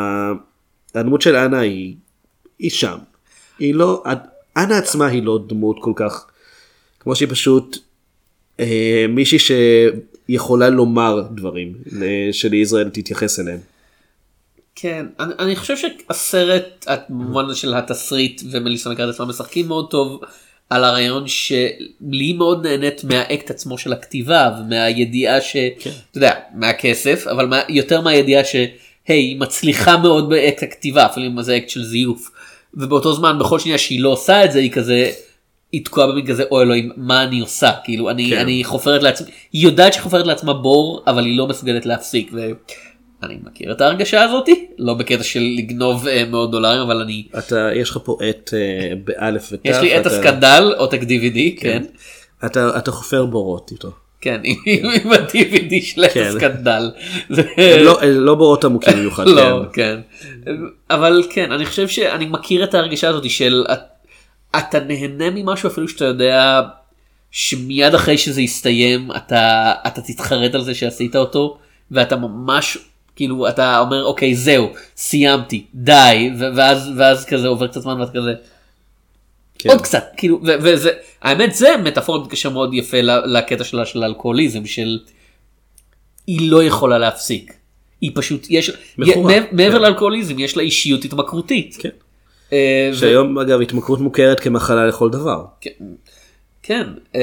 הדמות של אנה היא שם. היא לא, אנה עצמה היא לא דמות כל כך, כמו שהיא פשוט מישהי שיכולה לומר דברים שלישראל תתייחס אליהם. כן, אני חושב שהסרט, במובן של התסריט ומליסה מקראט עצמה משחקים מאוד טוב על הרעיון שלי מאוד נהנית מהאקט עצמו של הכתיבה ומהידיעה אתה יודע, מהכסף, אבל יותר מהידיעה היא מצליחה מאוד באקט הכתיבה, אפילו אם זה אקט של זיוף, ובאותו זמן בכל שנייה שהיא לא עושה את זה, היא תקועה במין כזה, אוי אלוהים, מה אני עושה? כאילו, אני חופרת לעצמי, היא יודעת שחופרת לעצמה בור, אבל היא לא מסוגלת להפסיק, אני מכיר את ההרגשה הזאתי, לא בקטע של לגנוב $100, אבל יש לך פה את באלף ותף. יש לי את הסקנדל, עותק DVD, כן. אתה חופר בורות איתו. כן, עם ה-DVD של הסקנדל. לא בורות עמוקים במיוחד. לא, כן. אבל כן, אני חושב שאני מכיר את ההרגשה הזאת של אתה נהנה ממשהו אפילו שאתה יודע שמיד אחרי שזה יסתיים אתה תתחרט על זה שעשית אותו, ואתה ממש כאילו אתה אומר אוקיי זהו סיימתי די, ואז כזה עובר קצת זמן ואתה כזה עוד קצת כאילו, וזה האמת זה מטאפורה מתקשר מאוד יפה לקטע שלה של האלכוהוליזם, של היא לא יכולה להפסיק, היא פשוט יש מעבר לאלכוהוליזם יש לה אישיות התמכרותית, שהיום אגב התמכרות מוכרת כמחלה לכל דבר. כן,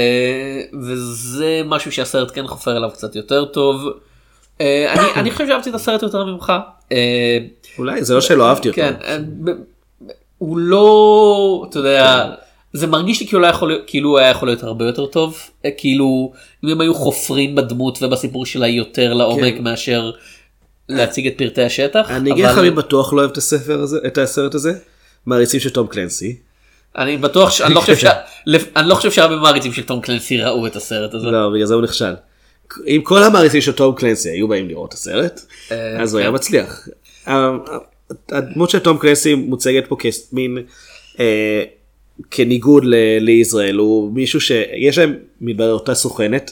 וזה משהו שהסרט כן חופר אליו קצת יותר טוב. אני חושב שאהבתי את הסרט יותר ממך. אולי זה לא שלא אהבתי אותו. הוא לא, אתה יודע, זה מרגיש לי כאילו הוא היה יכול להיות הרבה יותר טוב, כאילו אם הם היו חופרים בדמות ובסיפור שלה יותר לעומק מאשר להציג את פרטי השטח. אני אגיד לך מי בטוח לא אוהב את הסרט הזה, מעריצים של תום קלנסי. אני בטוח, אני לא חושב שהרבה מעריצים של תום קלנסי ראו את הסרט הזה. לא, בגלל זה הוא נכשל. אם כל המעריצים של תום קלנסי היו באים לראות את הסרט, אז הוא היה מצליח. הדמות של תום קלנסי מוצגת פה כמין, כניגוד לישראל, הוא מישהו שיש להם מדבר אותה סוכנת,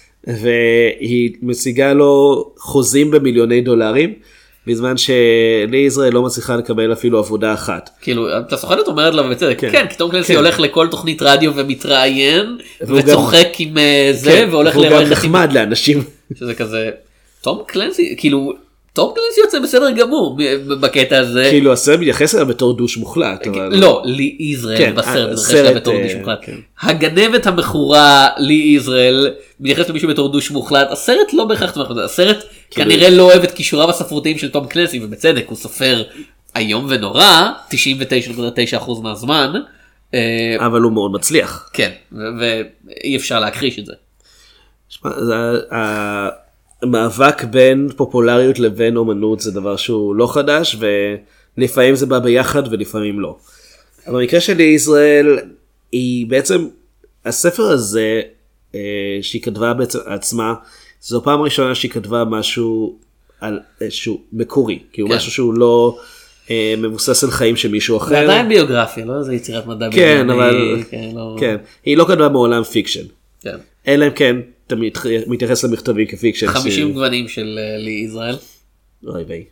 והיא מציגה לו חוזים במיליוני דולרים, בזמן שלישראל לא מצליחה לקבל אפילו עבודה אחת. כאילו, אתה סוכנת אומרת לה בצדק, כן, כי תום קלנסי הולך לכל תוכנית רדיו ומתראיין, וצוחק עם זה, והולך והוא גם נחמד לאנשים. שזה כזה, תום קלנסי, כאילו, תום קלנסי יוצא בסדר גמור בקטע הזה. כאילו, הסרט מתייחס אליו בתור דוש מוחלט. לא, לי ישראל בסרט מתייחס אליו בתור דוש מוחלט. הגנבת המכורה לי ישראל מתייחס למישהו בתור דוש מוחלט. הסרט לא בהכרח תומך בזה, הסרט כנראה לא אוהב את כישוריו הספרותיים של תום קלנסי, ובצדק הוא סופר איום ונורא 99.9% מהזמן, אבל הוא מאוד מצליח. כן, ואי אפשר להכחיש את זה. המאבק בין פופולריות לבין אומנות זה דבר שהוא לא חדש, ולפעמים זה בא ביחד ולפעמים לא. אבל במקרה שלי ישראל היא בעצם, הספר הזה שהיא כתבה בעצם עצמה, זו פעם ראשונה שהיא כתבה משהו על איזשהו מקורי, כאילו משהו שהוא לא מבוסס על חיים של מישהו אחר. זה עדיין ביוגרפיה, לא? זה יצירת מדע בדיוני. כן, אבל כן, היא לא כתבה מעולם פיקשן. כן. אלא אם כן, אתה מתייחס למכתבים כפיקשן. 50 גוונים של לי ישראל. אוי ביי.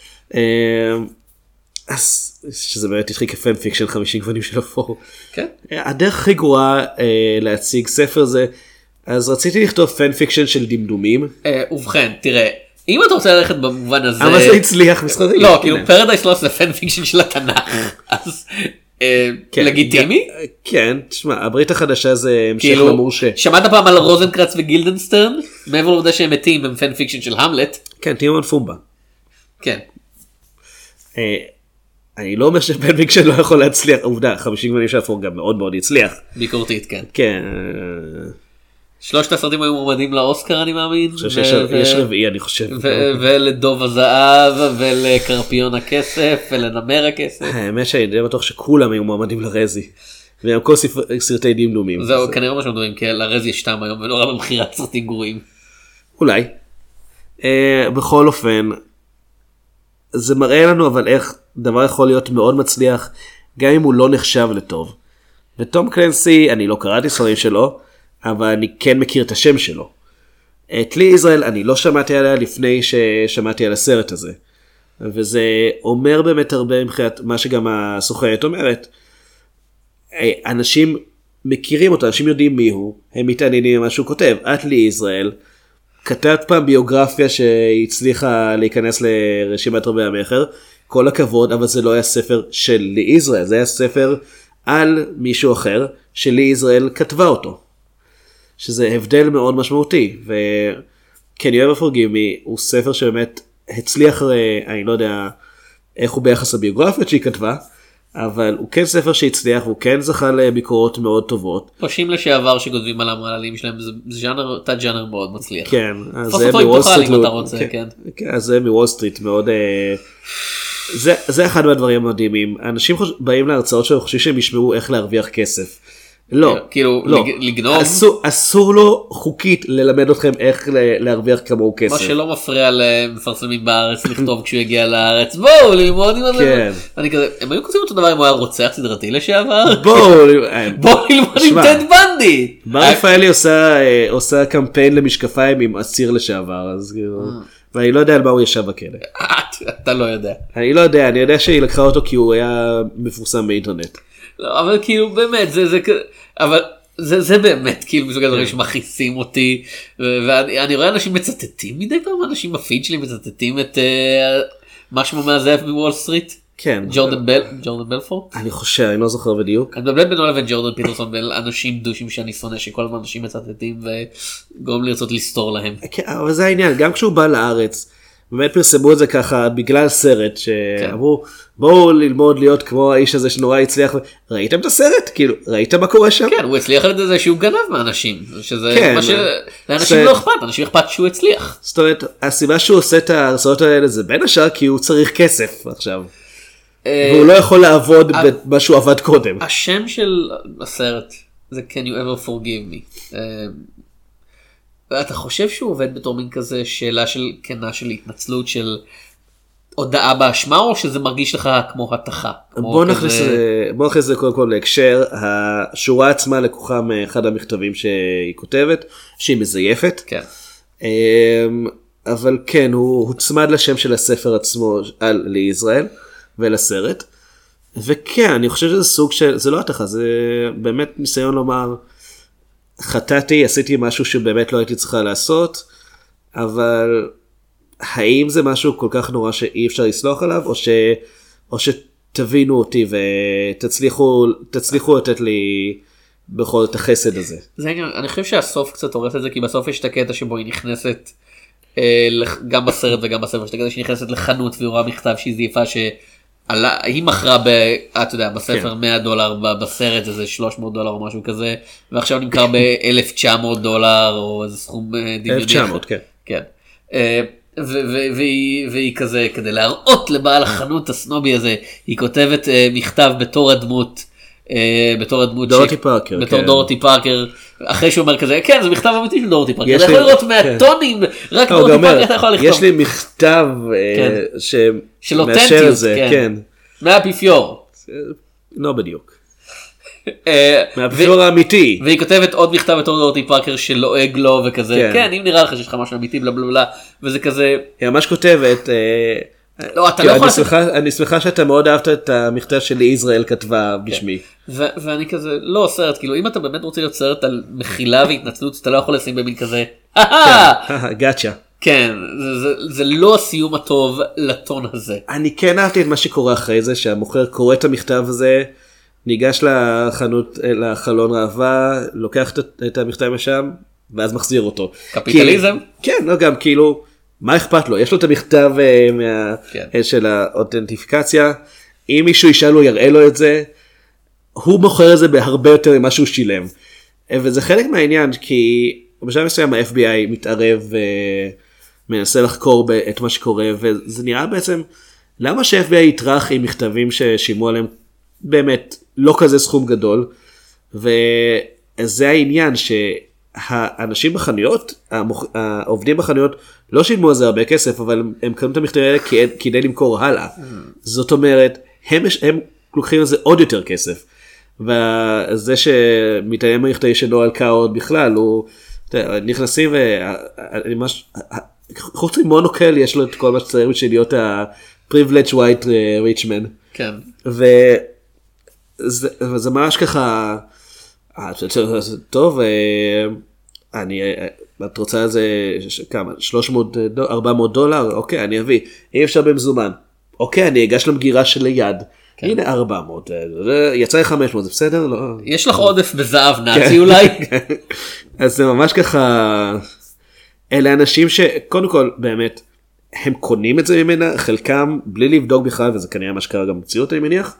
אז שזה באמת התחיל כפן פיקשן 50 גוונים של אפור. כן. הדרך הכי גרועה להציג ספר זה, אז רציתי לכתוב פן פיקשן של דמדומים. ובכן, תראה, אם אתה רוצה ללכת במובן הזה... אבל זה הצליח מסחרי. לא, כאילו פרדייס לוסט זה פן פיקשן של התנ"ך. אז... לגיטימי? כן, תשמע, הברית החדשה זה המשך למורשה. שמעת פעם על רוזנקרץ וגילדנסטרן? מעבר לעובדה שהם מתים הם פן פיקשן של המלט. כן, טימון פומבה. כן. אני לא אומר שפן פיקשן לא יכול להצליח, עובדה, 50 גוונים של אפור גם מאוד מאוד הצליח. ביקורתית, כן. כן. 3 הסרטים היו מועמדים לאוסקר אני מאמין. יש רביעי אני חושב. ולדוב הזהב ולקרפיון הכסף ולנמר הכסף. האמת שאני די בטוח שכולם היו מועמדים לרזי. והם כל סרטי דמדומים. זהו כנראה מה שמדברים כי לרזי יש טעם היום ולא רע במחירת סרטים גרועים. אולי. בכל אופן. זה מראה לנו אבל איך דבר יכול להיות מאוד מצליח גם אם הוא לא נחשב לטוב. ותום קלנסי אני לא קראתי סרטים שלו. אבל אני כן מכיר את השם שלו. את לי ישראל אני לא שמעתי עליה לפני ששמעתי על הסרט הזה. וזה אומר באמת הרבה מבחינת מה שגם הסוכנת אומרת. אנשים מכירים אותו, אנשים יודעים מי הוא, הם מתעניינים במה שהוא כותב. את לי ישראל, כתבת פעם ביוגרפיה שהצליחה להיכנס לרשימת רבי המחר, כל הכבוד, אבל זה לא היה ספר של לי ישראל, זה היה ספר על מישהו אחר, שלי ישראל כתבה אותו. שזה הבדל מאוד משמעותי, וכן יואב הפורגימי הוא ספר שבאמת הצליח, אני לא יודע איך הוא ביחס לביוגרפיות שהיא כתבה, אבל הוא כן ספר שהצליח, הוא כן זכה לביקורות מאוד טובות. פושעים לשעבר שכותבים על המעללים שלהם, זה ז'אנר, תת ז'אנר מאוד מצליח. כן, אז זה מוול סטריט, אם אתה רוצה, כן. אז זה מוול סטריט מאוד, זה אחד מהדברים המדהימים, אנשים באים להרצאות שחושבים שהם ישמעו איך להרוויח כסף. לא, כאילו לא. לגנוב. אסור לו חוקית ללמד אתכם איך להרוויח כמוהו כסף. מה שלא מפריע למפרסמים בארץ לכתוב כשהוא הגיע לארץ, בואו ללמוד עם הזה. כן. אני כזה, הם היו כותבים אותו דבר אם הוא היה רוצח סדרתי לשעבר? בואו ללמוד עם טד בנדי. בר רפאלי עושה קמפיין למשקפיים עם אסיר לשעבר, אז כאילו, ואני לא יודע על מה הוא ישב בכלא. אתה לא יודע. אני לא יודע, אני יודע שהיא לקחה אותו כי הוא היה מפורסם באינטרנט. לא, אבל כאילו באמת אבל זה באמת כאילו מסוג הדברים שמכעיסים אותי, ואני רואה אנשים מצטטים מדי פעם, אנשים בפיד שלי מצטטים את מה שמו מהזאב בוול סטריט. כן. ג'ורדן בלפורט? אני חושב, אני לא זוכר בדיוק. אני מבלט בינו לבין ג'ורדן פיטרסון ואנשים דושים שאני שונא שכל הזמן אנשים מצטטים וגורם לרצות לסתור להם. כן, אבל זה העניין, גם כשהוא בא לארץ, באמת פרסמו את זה ככה בגלל סרט שאמרו בואו ללמוד להיות כמו האיש הזה שנורא הצליח. ראיתם את הסרט? כאילו, ראיתם מה קורה שם? כן, הוא הצליח על זה שהוא גנב מאנשים, שזה כן, מה לאנשים לא אכפת, אנשים אכפת שהוא הצליח. זאת אומרת, הסיבה שהוא עושה את ההרצאות האלה זה בין השאר כי הוא צריך כסף עכשיו. והוא לא יכול לעבוד במה שהוא עבד קודם. השם של הסרט זה Can You Ever Forgive Me. אתה חושב שהוא עובד בתור מין כזה שאלה של כנה של התנצלות של הודעה באשמה, או שזה מרגיש לך כמו התחה? בוא נכניס את זה קודם כל להקשר. השורה עצמה לקוחה מאחד המכתבים שהיא כותבת, שהיא מזייפת. כן. אבל כן, הוא הוצמד לשם של הספר עצמו לישראל ולסרט. וכן, אני חושב שזה סוג של, זה לא התחה, זה באמת ניסיון לומר, חטאתי, עשיתי משהו שבאמת לא הייתי צריכה לעשות, אבל האם זה משהו כל כך נורא שאי אפשר לסלוח עליו, או שתבינו אותי ותצליחו לתת לי בכל את החסד הזה. אני חושב שהסוף קצת הורס את זה, כי בסוף יש את הקטע שבו היא נכנסת, גם בסרט וגם בספר, שהיא נכנסת לחנות והיא רואה מכתב שהיא זייפה היא מכרה אתה יודע, בספר $100, בסרט איזה $300 או משהו כזה, ועכשיו נמכר $1,900 או איזה סכום דמיוני. 1,900, כן. כן. והיא כזה, כדי להראות לבעל החנות הסנובי הזה, היא כותבת מכתב בתור הדמות, דורותי פארקר, בתור דורותי פארקר, אחרי שהוא אומר כזה, כן, זה מכתב אמיתי של דורותי פארקר, אתה יכול לראות מהטונים, רק דורותי פארקר אתה יכול לכתוב. יש לי מכתב של אותנטיות, כן. מהאפיפיור. לא בדיוק. מהאפיפיור האמיתי. והיא כותבת עוד מכתב בתור דורותי פארקר שלועג לו וכזה, כן, אם נראה לך שיש לך משהו אמיתי, בלה בלה בלה, וזה כזה... היא ממש כותבת... לא, אתה לא יכול... אני שמחה שאתה מאוד אהבת את המכתב שלי ישראל כתבה בשמי. ואני כזה, לא סרט, כאילו אם אתה באמת רוצה להיות סרט על מחילה והתנצלות, אתה לא יכול לשים במין כזה, גאצ'ה. כן, זה לא הסיום הטוב לטון הזה. אני כן אהבתי את מה שקורה אחרי זה, שהמוכר קורא את המכתב הזה, ניגש לחנות, לחלון ראווה, לוקח את המכתב משם, ואז מחזיר אותו. קפיטליזם? כן, לא גם כאילו, מה אכפת לו? יש לו את המכתב של האותנטיפיקציה, אם מישהו ישאל לו, יראה לו את זה, הוא מוכר את זה בהרבה יותר ממה שהוא שילם. וזה חלק מהעניין, כי בשלב מסוים ה-FBI מתערב ומנסה לחקור את מה שקורה, וזה נראה בעצם, למה ש-FBI יטרח עם מכתבים ששימו עליהם באמת לא כזה סכום גדול, וזה העניין שהאנשים בחנויות, העובדים בחנויות, לא שילמו על זה הרבה כסף, אבל הם קנו את המכתבים האלה כדי למכור הלאה. זאת אומרת, הם לוקחים על זה עוד יותר כסף. וזה שמתאם המכתבים של נואל קאורד בכלל, הוא נכנסים חוץ ממונוקל יש לו את כל מה שצריך בשביל להיות ה-privileged white rich man. כן. וזה ממש ככה, טוב, את רוצה על זה כמה? $300-400? אוקיי, אני אביא. אי אפשר במזומן. אוקיי, אני אגש למגירה שליד. הנה 400, יצא לי 500, זה בסדר? יש לך עודף בזהב נאצי אולי? אז זה ממש ככה, אלה אנשים שקודם כל באמת, הם קונים את זה ממנה, חלקם בלי לבדוק בכלל, וזה כנראה מה שקרה גם במציאות אני מניח,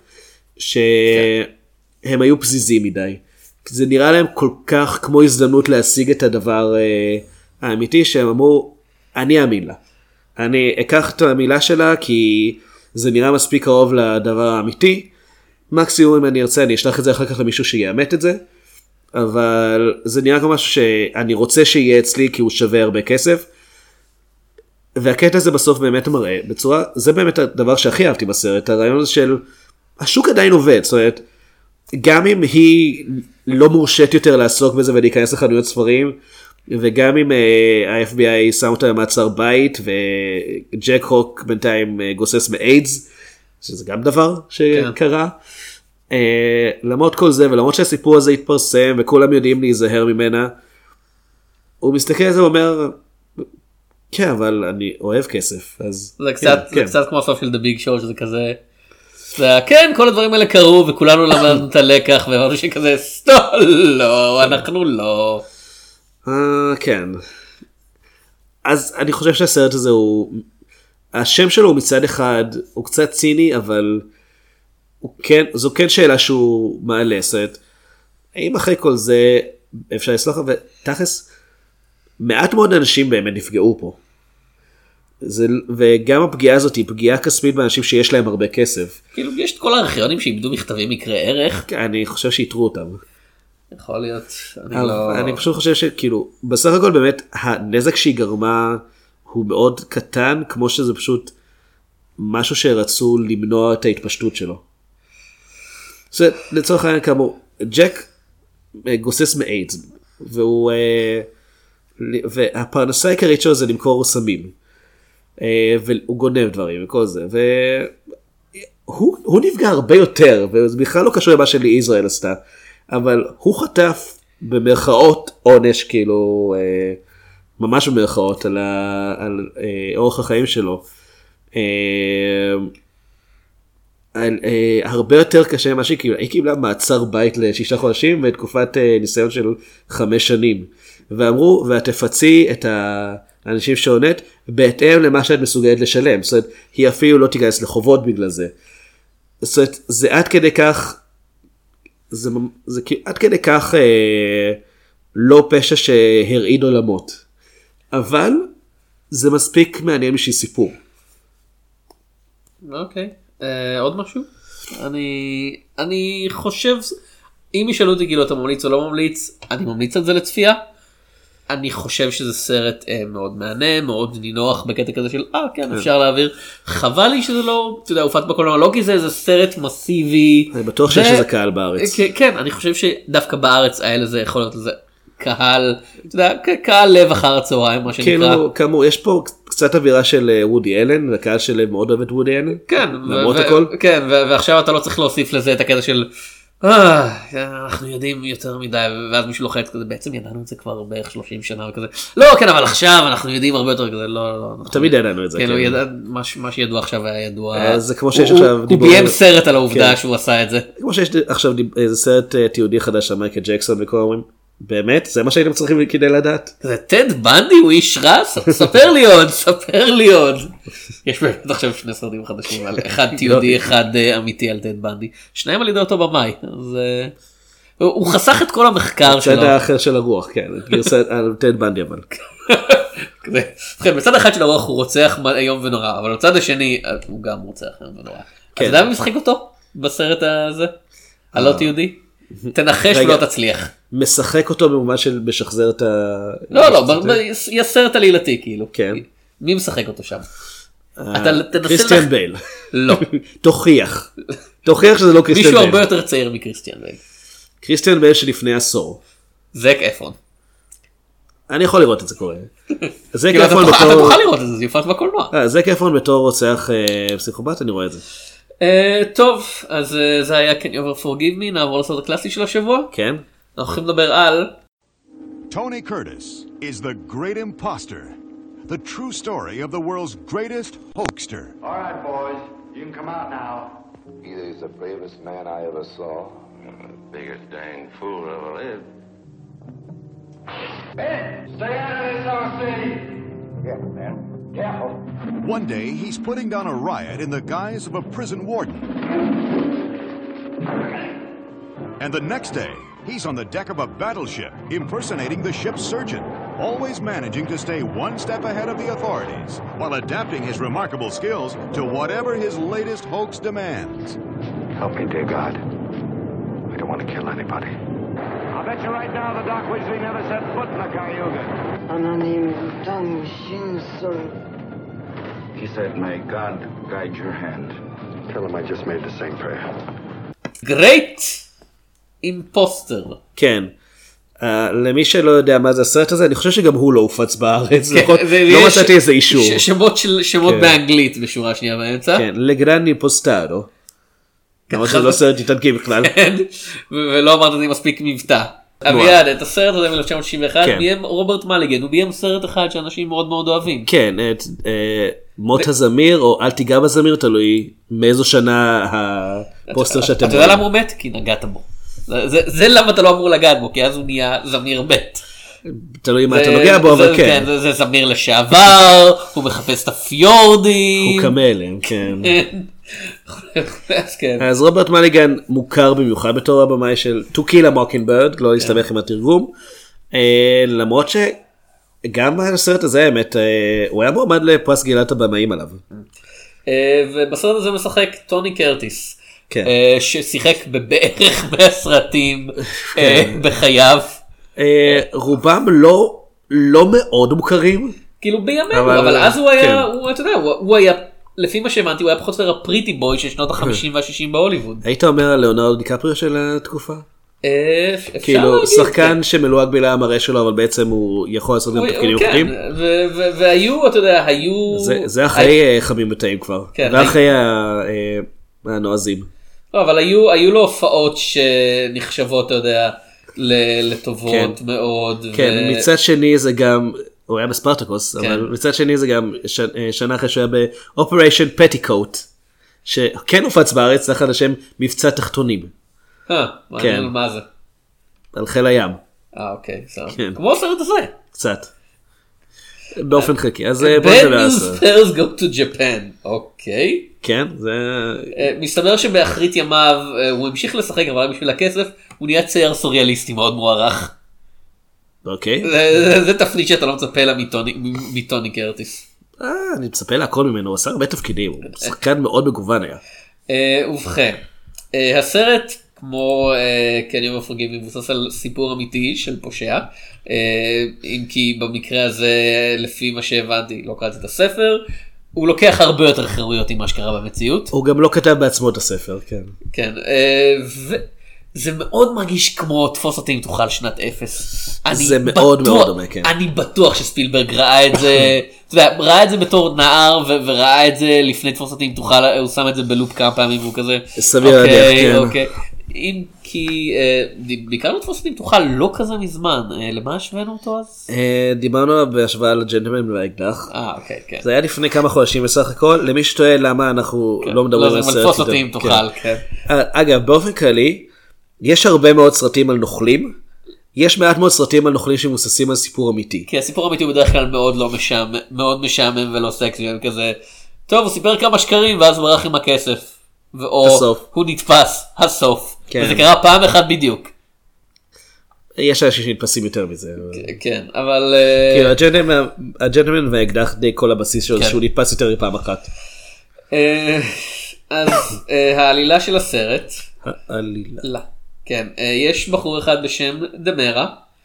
שהם היו פזיזים מדי. זה נראה להם כל כך כמו הזדמנות להשיג את הדבר האמיתי, שהם אמרו, אני אאמין לה. אני אקח את המילה שלה, כי זה נראה מספיק קרוב לדבר האמיתי. מקסימום אם אני ארצה, אני אשלח את זה אחר כך למישהו שיאמת את זה. אבל זה נראה כמו משהו שאני רוצה שיהיה אצלי כי הוא שווה הרבה כסף. והקטע הזה בסוף באמת מראה בצורה, זה באמת הדבר שהכי אהבתי בסרט, הרעיון הזה של השוק עדיין עובד, זאת אומרת, גם אם היא לא מורשת יותר לעסוק בזה ולהיכנס לחנויות ספרים, וגם אם ה-FBI שם אותה במעצר בית, וג'ק הוק בינתיים גוסס מאיידס, שזה גם דבר שקרה, למרות כל זה, ולמרות שהסיפור הזה התפרסם, וכולם יודעים להיזהר ממנה, הוא מסתכל על זה ואומר, כן, אבל אני אוהב כסף, אז... זה קצת כמו הסוף של The Big Show, שזה כזה... כן, כל הדברים האלה קרו, וכולנו למדנו את הלקח, ואמרנו שכזה, לא, אנחנו לא. כן. אז אני חושב שהסרט הזה הוא... השם שלו מצד אחד, הוא קצת ציני, אבל... זו כן שאלה שהוא מעלה, סרט. האם אחרי כל זה אפשר לסלוח, ותכלס, מעט מאוד אנשים באמת נפגעו פה. וגם הפגיעה הזאת היא פגיעה כספית באנשים שיש להם הרבה כסף. כאילו יש את כל הארכיונים שאיבדו מכתבים מקרה ערך. אני חושב שיתרו אותם. יכול להיות. אני פשוט חושב שכאילו, בסך הכל באמת הנזק שהיא גרמה הוא מאוד קטן, כמו שזה פשוט משהו שרצו למנוע את ההתפשטות שלו. לצורך העניין כאמור, ג'ק גוסס מאיידס, והפרנסה העיקרית שלו זה למכור סמים, והוא גונב דברים וכל זה, והוא נפגע הרבה יותר, וזה בכלל לא קשור למה שלי ישראל עשתה, אבל הוא חטף במרכאות עונש, כאילו ממש במרכאות על אורח החיים שלו, הרבה יותר קשה ממה שהיא קיבלה מעצר בית ל6 חודשים ותקופת ניסיון של 5 שנים, ואמרו ותפצי את האנשים שעונת בהתאם למה שאת מסוגלת לשלם, זאת אומרת היא אפילו לא תיכנס לחובות בגלל זה, זאת אומרת זה עד כדי כך, זה עד כדי כך לא פשע שהרעיד עולמות, אבל זה מספיק מעניין בשביל סיפור. אוקיי. עוד משהו? אני חושב, אם ישאלו אותי כאילו אתה ממליץ או לא ממליץ, אני ממליץ על זה לצפייה. אני חושב שזה סרט מאוד מענה, מאוד נינוח בקטע כזה של כן אפשר להעביר. חבל לי שזה לא, אתה יודע, הופץ בקולנוע, לא כי זה סרט מסיבי. אני בטוח שיש איזה קהל בארץ. כן, אני חושב שדווקא בארץ האלה זה יכול להיות לזה קהל, אתה יודע, קהל לב אחר הצהריים, מה שנקרא. כאילו, כאמור, יש פה קצת אווירה של וודי אלן, והקהל שלהם מאוד אוהב את וודי אלן. כן, למרות הכל. כן, ועכשיו אתה לא צריך להוסיף לזה את הקטע של, אנחנו יודעים יותר מדי, ואז מישהו לוחץ כזה, בעצם ידענו את זה כבר בערך 30 שנה וכזה, לא, כן, אבל עכשיו אנחנו יודעים הרבה יותר כזה, לא. תמיד ידענו את זה. כן, מה שידוע עכשיו היה ידוע. זה כמו שיש עכשיו הוא ביים סרט על העובדה שהוא עשה את זה. כמו שיש עכשיו איזה סרט תיעודי חדש של מייקל ג'קסון, וכל אומרים, באמת? זה מה שהייתם צריכים כדי לדעת? זה טד בנדי, הוא איש רע? ספר לי עוד. יש באמת עכשיו 2 סרטים חדשים, אחד תיעודי, אחד אמיתי על טד בנדי. 2 על ידי אותו במאי. הוא חסך את כל המחקר שלו. הצד האחר של הרוח, כן. גרסה על טד בנדי אבל. בצד אחד של הרוח הוא רוצח איום ונורא, אבל בצד השני הוא גם רוצח איום ונורא. אז אתה יודע מי משחק אותו בסרט הזה? הלא תיעודי? תנחש ולא תצליח. משחק אותו במובן של משחזר את ה... לא, יש סרט עלילתי כאילו. כן. מי משחק אותו שם? קריסטיאן בייל. לא. תוכיח שזה לא קריסטיאן בייל. מישהו הרבה יותר צעיר מקריסטיאן בייל. קריסטיאן בייל שלפני עשור. זק אפרון. אני יכול לראות את זה קורה. אתה תוכל לראות את זה, זה יופץ בקולנוע. זק אפרון בתור רוצח פסיכופת, אני רואה את זה. טוב, אז זה היה Can You Ever Forgive Me, נעבור לסרט הקלאסי של השבוע. כן. אנחנו הולכים לדבר על... Tony Curtis is the great imposter, the true story of the world's greatest hoaxer. All right, boys, you can come out now. Either he's the bravest man I ever saw, or the biggest dang fool ever lived. Ben, stay out of this, R.C. Careful, man. Careful. One day, he's putting down a riot in the guise of a prison warden. And the next day, he's on the deck of a battleship, impersonating the ship's surgeon, always managing to stay one step ahead of the authorities, while adapting his remarkable skills to whatever his latest hoax demands. Help me, dear God. I don't want to kill anybody. I'll bet you right now the Doc Weasley never set foot in the Cayuga. He said, may God guide your hand. Tell him I just made the same prayer. גרייט אימפוסטר. כן. למי שלא יודע מה זה הסרט הזה, אני חושב שגם הוא לא הופץ בארץ, לא מצאתי איזה אישור. שמות באנגלית בשורה שנייה באמצע. כן, לגרן אימפוסטרו. למרות שזה לא סרט איטלקי בכלל. ולא אמרת את זה מספיק מבטא. אביעד, את הסרט הזה מ-1961 ביים רוברט מליגן, הוא ביים סרט אחד שאנשים מאוד מאוד אוהבים. כן, את מות הזמיר או אל תיגע בזמיר, תלוי מאיזו שנה הפוסטר שאתם רואים. אתה יודע למה הוא מת? כי נגעת בו. זה למה אתה לא אמור לגעת בו, כי אז הוא נהיה זמיר בית. תלוי מה אתה נוגע בו, אבל כן. זה זמיר לשעבר, הוא מחפש את הפיורדים. הוא קמלם, כן. אז רוברט מליגן מוכר במיוחד בתור הבמאי של To Kill a Mockingbird, לא להסתבך עם התרגום, למרות שגם הסרט הזה האמת, הוא היה מועמד לפרס גילת הבמאים עליו. ובסרט הזה משחק טוני קרטיס, ששיחק בערך 100 סרטים בחייו. רובם לא מאוד מוכרים. כאילו בימינו, אבל אז הוא היה, אתה יודע, הוא היה, לפי מה שהבנתי, הוא היה פחות או יותר הפריטי בוי של שנות ה-50 וה-60 בהוליווד. היית אומר על ליאונרדו דיקפריו של התקופה? כאילו שחקן שמלוהק בלה המראה שלו, אבל בעצם הוא יכול לעשות גם תפקידים אחרים. והיו, אתה יודע, היו... זה אחרי חמים וטעים כבר, ואחרי הנועזים. לא, אבל היו לו הופעות שנחשבות, אתה יודע, לטובות מאוד. כן, מצד שני זה גם... הוא היה בספרטקוס, אבל מצד שני זה גם שנה אחרי שהוא היה באופריישן פטיקוט, שכן הופץ בארץ תחת השם מבצע תחתונים. מה זה? על חיל הים. אוקיי, כמו הסרט הזה. קצת. באופן חלקי. אז Bad news bears go to Japan. אוקיי. כן, זה... מסתבר שבאחרית ימיו הוא המשיך לשחק, אבל בשביל הכסף הוא נהיה צייר סוריאליסטי מאוד מוערך. אוקיי. זה תפנית שאתה לא מצפה לה מטוני קרטיס. אני מצפה לה הכל ממנו, הוא עשה הרבה תפקידים, הוא שחקן מאוד מגוון היה. ובכן, הסרט כמו קני ומפרגים מבוסס על סיפור אמיתי של פושע, אם כי במקרה הזה לפי מה שהבנתי, לא קראתי את הספר, הוא לוקח הרבה יותר חירויות עם מה שקרה במציאות. הוא גם לא כתב בעצמו את הספר, כן. כן, זה מאוד מרגיש כמו תפוס אותי אם תוכל שנת אפס. זה מאוד מאוד דומה, כן. אני בטוח שספילברג ראה את זה, ראה את זה בתור נער וראה את זה לפני תפוס אותי אם תוכל, הוא שם את זה בלופ כמה פעמים והוא כזה. סביר להניח, כן. אוקיי. אם כי בעיקר לא תפוס אותי אם תוכל לא כזה מזמן, למה השווינו אותו אז? דיברנו בהשוואה לג'נטלמן והאקדח. אוקיי, כן. זה היה לפני כמה חודשים בסך הכל, למי שטועה למה אנחנו לא מדברים על סרט. תפוס אותי אם תוכל, כן. אגב, באופן כללי, יש הרבה מאוד סרטים על נוכלים, יש מעט מאוד סרטים על נוכלים שמבוססים על סיפור אמיתי. כי הסיפור אמיתי הוא בדרך כלל מאוד משעמם ולא סקסי, כזה, טוב, הוא סיפר כמה שקרים ואז ברח עם הכסף. או הוא נתפס, הסוף. וזה קרה פעם אחת בדיוק. יש אנשים שנתפסים יותר מזה. כן, אבל... הג'נטלמן והאקדח די כל הבסיס שלו, שהוא נתפס יותר מפעם אחת. אז העלילה של הסרט... העלילה. כן, יש בחור אחד בשם דמרה,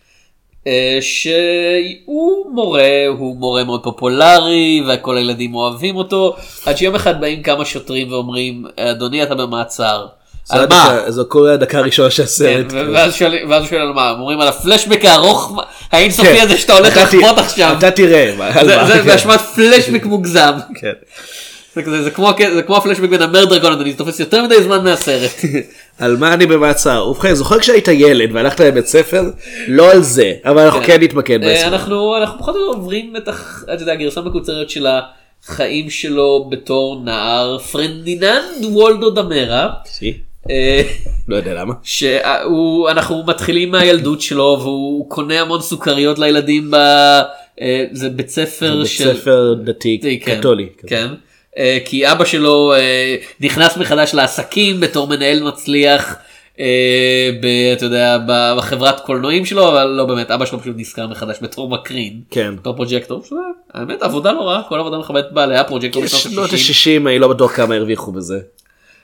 שהוא מורה מאוד פופולרי, וכל הילדים אוהבים אותו, עד שיום אחד באים כמה שוטרים ואומרים, אדוני אתה במעצר. על מה? זו כל הדקה הראשונה שהסרט. ואז שואל על מה? אומרים על הפלשבק הארוך האינסופי הזה שאתה הולך לחפות עכשיו. אתה תראה. זה באשמת פלשבק מוגזם. זה כמו הפלשבק בין המרדרגון, אני תופס יותר מדי זמן מהסרט. על מה אני במעצר? ובכן, זוכר כשהיית ילד והלכת לבית ספר? לא על זה, אבל אנחנו כן נתמקד בעצמם. אנחנו פחות עוברים את הגרסה המקוצרת של החיים שלו בתור נער, פרנדיננד וולדו דמרה. לא יודע למה. שאנחנו מתחילים מהילדות שלו, והוא קונה המון סוכריות לילדים, זה בית ספר דתי, קתולי. כן. כי אבא שלו נכנס מחדש לעסקים בתור מנהל מצליח, אתה יודע, בחברת קולנועים שלו, אבל לא באמת, אבא שלו פשוט נזכר מחדש בתור מקרין, בתור פרוג'קטור, האמת עבודה לא רעה, כל עבודה מכבדת בעליה, פרוג'קטור בשנות ה-60, אני לא בטוח כמה הרוויחו בזה.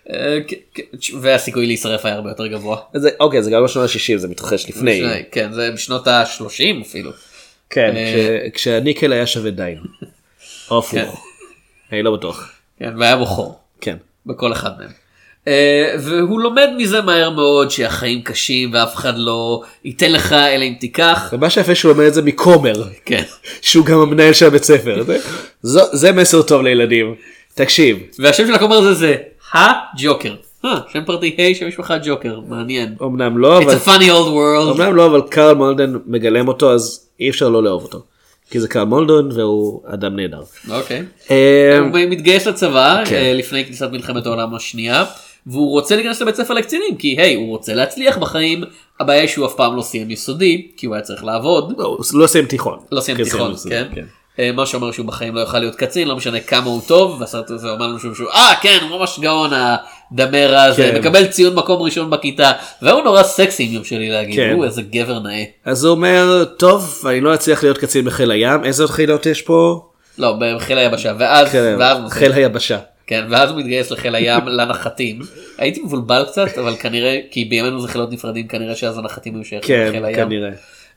והסיכוי להישרף היה הרבה יותר גבוה. אוקיי, זה גם לא שנות ה-60, זה מתרחש לפני. כן, זה בשנות ה-30 אפילו. כן, כשהניקל היה שווה דיין. או הפוך. אני לא בטוח. כן, והיה בו חור. כן. בכל אחד מהם. והוא לומד מזה מהר מאוד שהחיים קשים ואף אחד לא ייתן לך אלא אם תיקח. ומה שיפה שהוא לומד את זה מקומר. כן. שהוא גם המנהל של הבית ספר. זה מסר טוב לילדים. תקשיב. והשם של הקומר זה הג'וקר. שם פרטי שם משפחה ג'וקר. מעניין. אמנם לא, אבל... It's a funny old world. אמנם לא, אבל קרל מולדן מגלם אותו, אז אי אפשר לא לאהוב אותו. כי זה קרל מולדן והוא אדם נהדר. אוקיי. הוא מתגייס לצבא לפני כניסת מלחמת העולם השנייה. והוא רוצה להיכנס לבית ספר לקצינים, כי היי, הוא רוצה להצליח בחיים, הבעיה שהוא אף פעם לא סיים יסודי, כי הוא היה צריך לעבוד. לא סיים תיכון. לא סיים תיכון, כן. מה שאומר שהוא בחיים לא יוכל להיות קצין, לא משנה כמה הוא טוב, והסרט הזה אומר לנו שהוא, כן, הוא ממש גאון הדמרה הזה, מקבל ציון מקום ראשון בכיתה, והוא נורא סקסי אם יורשה לי להגיד, הוא איזה גבר נאה. אז הוא אומר, טוב, אני לא אצליח להיות קצין בחיל הים, איזה עוד חילות יש פה? לא, בחיל היבשה, ואז... חיל היבשה. כן, ואז הוא מתגייס לחיל הים לנחתים. הייתי מבולבל קצת, אבל כנראה, כי בימינו זה חילות נפרדים, כנראה שאז הנחתים היו שייכים לחיל הים. כן, כנראה.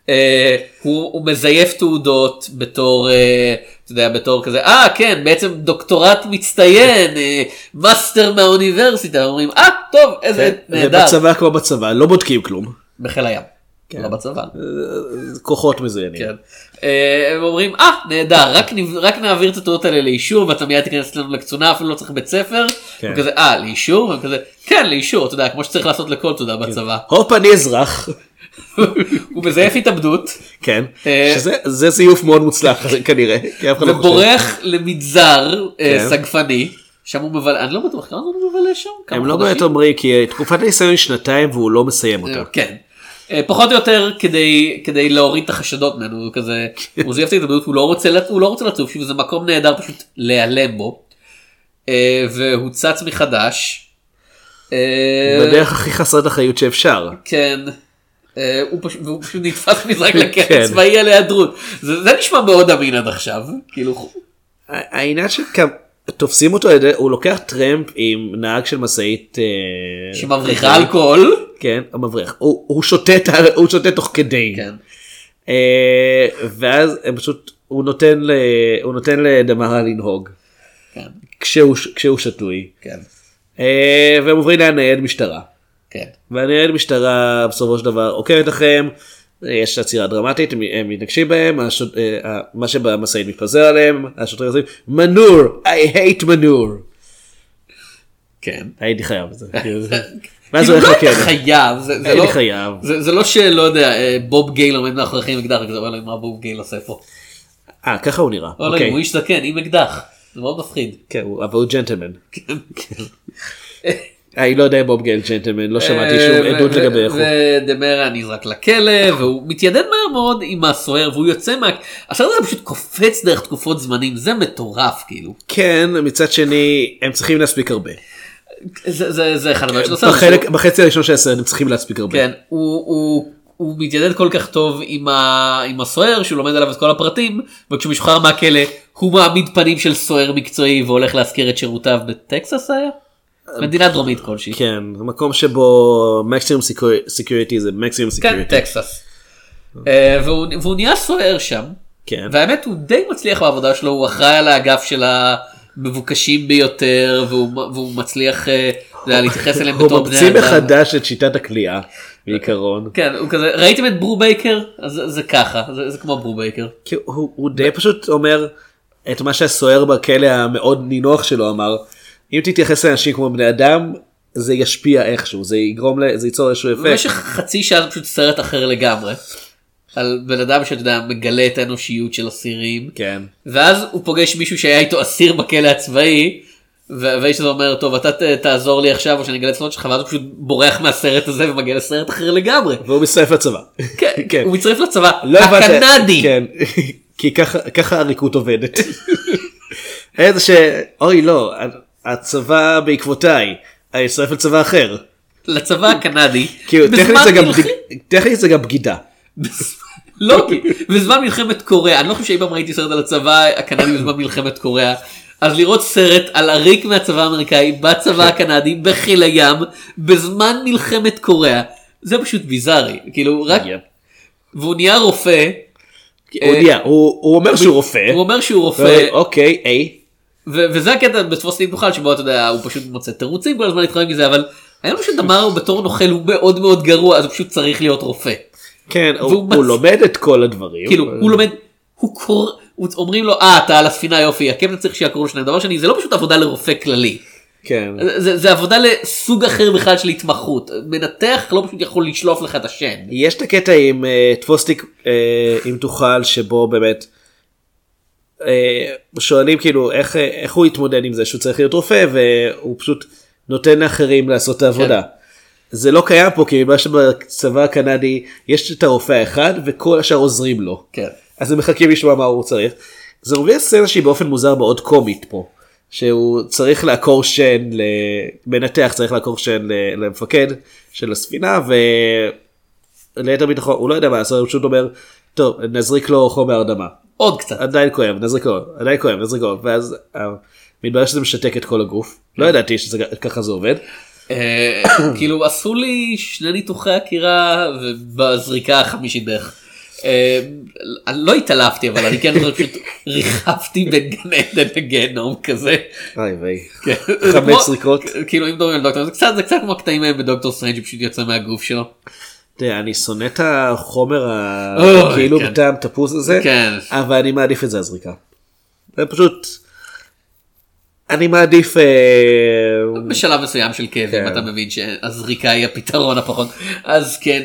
הוא מזייף תעודות בתור, אתה יודע, בתור כזה, כן, בעצם דוקטורט מצטיין, מאסטר מהאוניברסיטה, אומרים, טוב, איזה נהדר. ובצבא כמו בצבא, לא בודקים כלום. בחיל הים. לא בצבא. כוחות מזוינים. כן. הם אומרים, נהדר, רק נעביר את התעודות האלה לאישור, ואתה מיד תיכנס לנו לקצונה, אפילו לא צריך בית ספר. וכזה, לאישור? וכזה, כן, לאישור, אתה יודע, כמו שצריך לעשות לכל תעודה בצבא. הופ, אני אזרח. הוא מזייף התאבדות. כן, שזה זיוף מאוד מוצלח כנראה. ובורח למגזר סגפני. שם הוא מבלה, אני לא בטוח, כמה הוא מבלה שם? הם לא באמת אומרים, כי תקופת הניסיון 2 והוא לא מסיים אותה. כן. פחות או יותר כדי להוריד את החשדות ממנו, כזה, הוא זייף את ההתאבדות, הוא לא רוצה לצוף, שזה מקום נהדר פשוט להיעלם בו, והוא צץ מחדש. בדרך הכי חסרת החיות שאפשר. כן, והוא פשוט נתפס מזרק לקטע צבאי על היעדרות, זה נשמע מאוד אמין עד עכשיו, כאילו. העניין שתופסים אותו, הוא לוקח טרמפ עם נהג של מסעית שמבריחה אלכוהול. כן, המבריח. הוא שותה תוך כדי. כן. ואז הוא נותן לדמרה לנהוג. כן. כשהוא שטוי. כן. והם עוברים לנייד משטרה. כן. והנייד משטרה בסופו של דבר עוקבת לכם, יש עצירה דרמטית, הם מתנגשים בהם, מה שבמסעית מתפזר עליהם, השוטרים עושים, מנור, I hate מנור. כן. הייתי חייב בזה. ואז הוא חייב, זה לא שלא יודע, בוב גייל עומד מאחוריכם עם אקדח, אבל מה בוב גייל עושה פה? ככה הוא נראה. הוא איש זקן עם אקדח, זה מאוד מפחיד. כן, אבל הוא ג'נטלמן. אני לא יודע אם בוב גייל ג'נטלמן, לא שמעתי שום עדות לגבי איך הוא. ודמרה נזרק לכלא, והוא מתיידד מהר מאוד עם הסוהר, והוא יוצא הסרט הזה פשוט קופץ דרך תקופות זמנים, זה מטורף כאילו. כן, מצד שני, הם צריכים להספיק הרבה. זה אחד הבעיות של הסרט. בחצי הראשון של הסרט הם צריכים להספיק הרבה. כן, הוא מתיידד כל כך טוב עם הסוהר, שהוא לומד עליו את כל הפרטים, וכשהוא משוחרר מהכלא, הוא מעמיד פנים של סוהר מקצועי, והולך להזכיר את שירותיו בטקסס היה? מדינה דרומית כלשהי. כן, מקום שבו מקסימום סקיוריטי זה מקסימום סקיוריטי. כן, טקסס. והוא נהיה סוהר שם, והאמת הוא די מצליח בעבודה שלו, הוא אחראי על האגף של המבוקשים ביותר, והוא מצליח להתייחס אליהם בתור בני אדם. הוא ממציא מחדש את שיטת הכלייה, בעיקרון. כן, הוא כזה, ראיתם את ברו בייקר? אז זה ככה, זה כמו ברו בייקר. הוא די פשוט אומר את מה שהסוהר בכלא המאוד נינוח שלו אמר, אם תתייחס לאנשים כמו בני אדם, זה ישפיע איכשהו, זה ייצור איזשהו אפקט. במשך חצי שעה זה פשוט סרט אחר לגמרי. על בן אדם שאתה יודע, מגלה את האנושיות של אסירים. כן. ואז הוא פוגש מישהו שהיה איתו אסיר בכלא הצבאי, ואיש הזה אומר, טוב, אתה תעזור לי עכשיו, או שאני אגלה את הסרט שלך, ואז הוא פשוט בורח מהסרט הזה ומגיע לסרט אחר לגמרי. והוא מצטרף לצבא. כן, הוא מצטרף לצבא, הקנדי. כן, כי ככה הריקות עובדת. איזה אוי לא, הצבא בעקבותיי, אני אצטרף לצבא אחר. לצבא הקנדי. טכנית זה גם בגידה. לא, בזמן מלחמת קוריאה, אני לא חושב שאי פעם ראיתי סרט על הצבא הקנדי בזמן מלחמת קוריאה, אז לראות סרט על עריק מהצבא האמריקאי בצבא הקנדי בחיל הים בזמן מלחמת קוריאה, זה פשוט ביזארי, כאילו רק, והוא נהיה רופא, הוא אומר שהוא רופא, הוא אומר שהוא רופא, אוקיי, איי, וזה הקטע בתפוס תוכל שבו אתה יודע, הוא פשוט מוצא תירוצים כל הזמן להתחרג מזה, אבל היה פשוט אמר בתור נוכל הוא מאוד מאוד גרוע, אז הוא פשוט צריך להיות רופא. כן, הוא לומד את כל הדברים. כאילו, הוא לומד, אומרים לו, אתה על הספינה יופי, הקפטן צריך שיעקרו לשניים. דבר שני, זה לא פשוט עבודה לרופא כללי. כן. זה עבודה לסוג אחר בכלל של התמחות. מנתח לא פשוט יכול לשלוף לך את השן. יש את הקטע עם תפוסטיק, אם תוכל, שבו באמת, שואלים כאילו איך הוא יתמודד עם זה שהוא צריך להיות רופא, והוא פשוט נותן לאחרים לעשות את העבודה. זה לא קיים פה, כי מה שבצבא הקנדי יש את הרופא האחד וכל השאר עוזרים לו. כן. אז הם מחכים לשמוע מה הוא צריך. זה מוביל סצנה שהיא באופן מוזר מאוד קומית פה, שהוא צריך לעקור שן, מנתח צריך לעקור שן למפקד של הספינה, וליתר ביטחון, הוא לא יודע מה, אז הוא פשוט אומר, טוב, נזריק לו חומר הרדמה. עוד קצת. עדיין כואב, נזריק לו, עדיין כואב, נזריק לו, ואז מתברר שזה משתק את כל הגוף. לא ידעתי שככה זה עובד. כאילו עשו לי 2 ניתוחי עקירה ובזריקה החמישית בערך. לא התעלפתי, אבל אני כן פשוט ריחפתי בין גן עדן לגיהנום כזה. איי ויי, 5 זריקות. כאילו אם מדברים על דוקטור, זה קצת כמו הקטעים בדוקטור סטרנג' שפשוט יוצא מהגוף שלו. אני שונא את החומר כאילו בטעם תפוס הזה, אבל אני מעדיף את זה הזריקה. זה פשוט... אני מעדיף... בשלב מסוים של כאבים אתה מבין שהזריקה היא הפתרון הפחות. אז כן,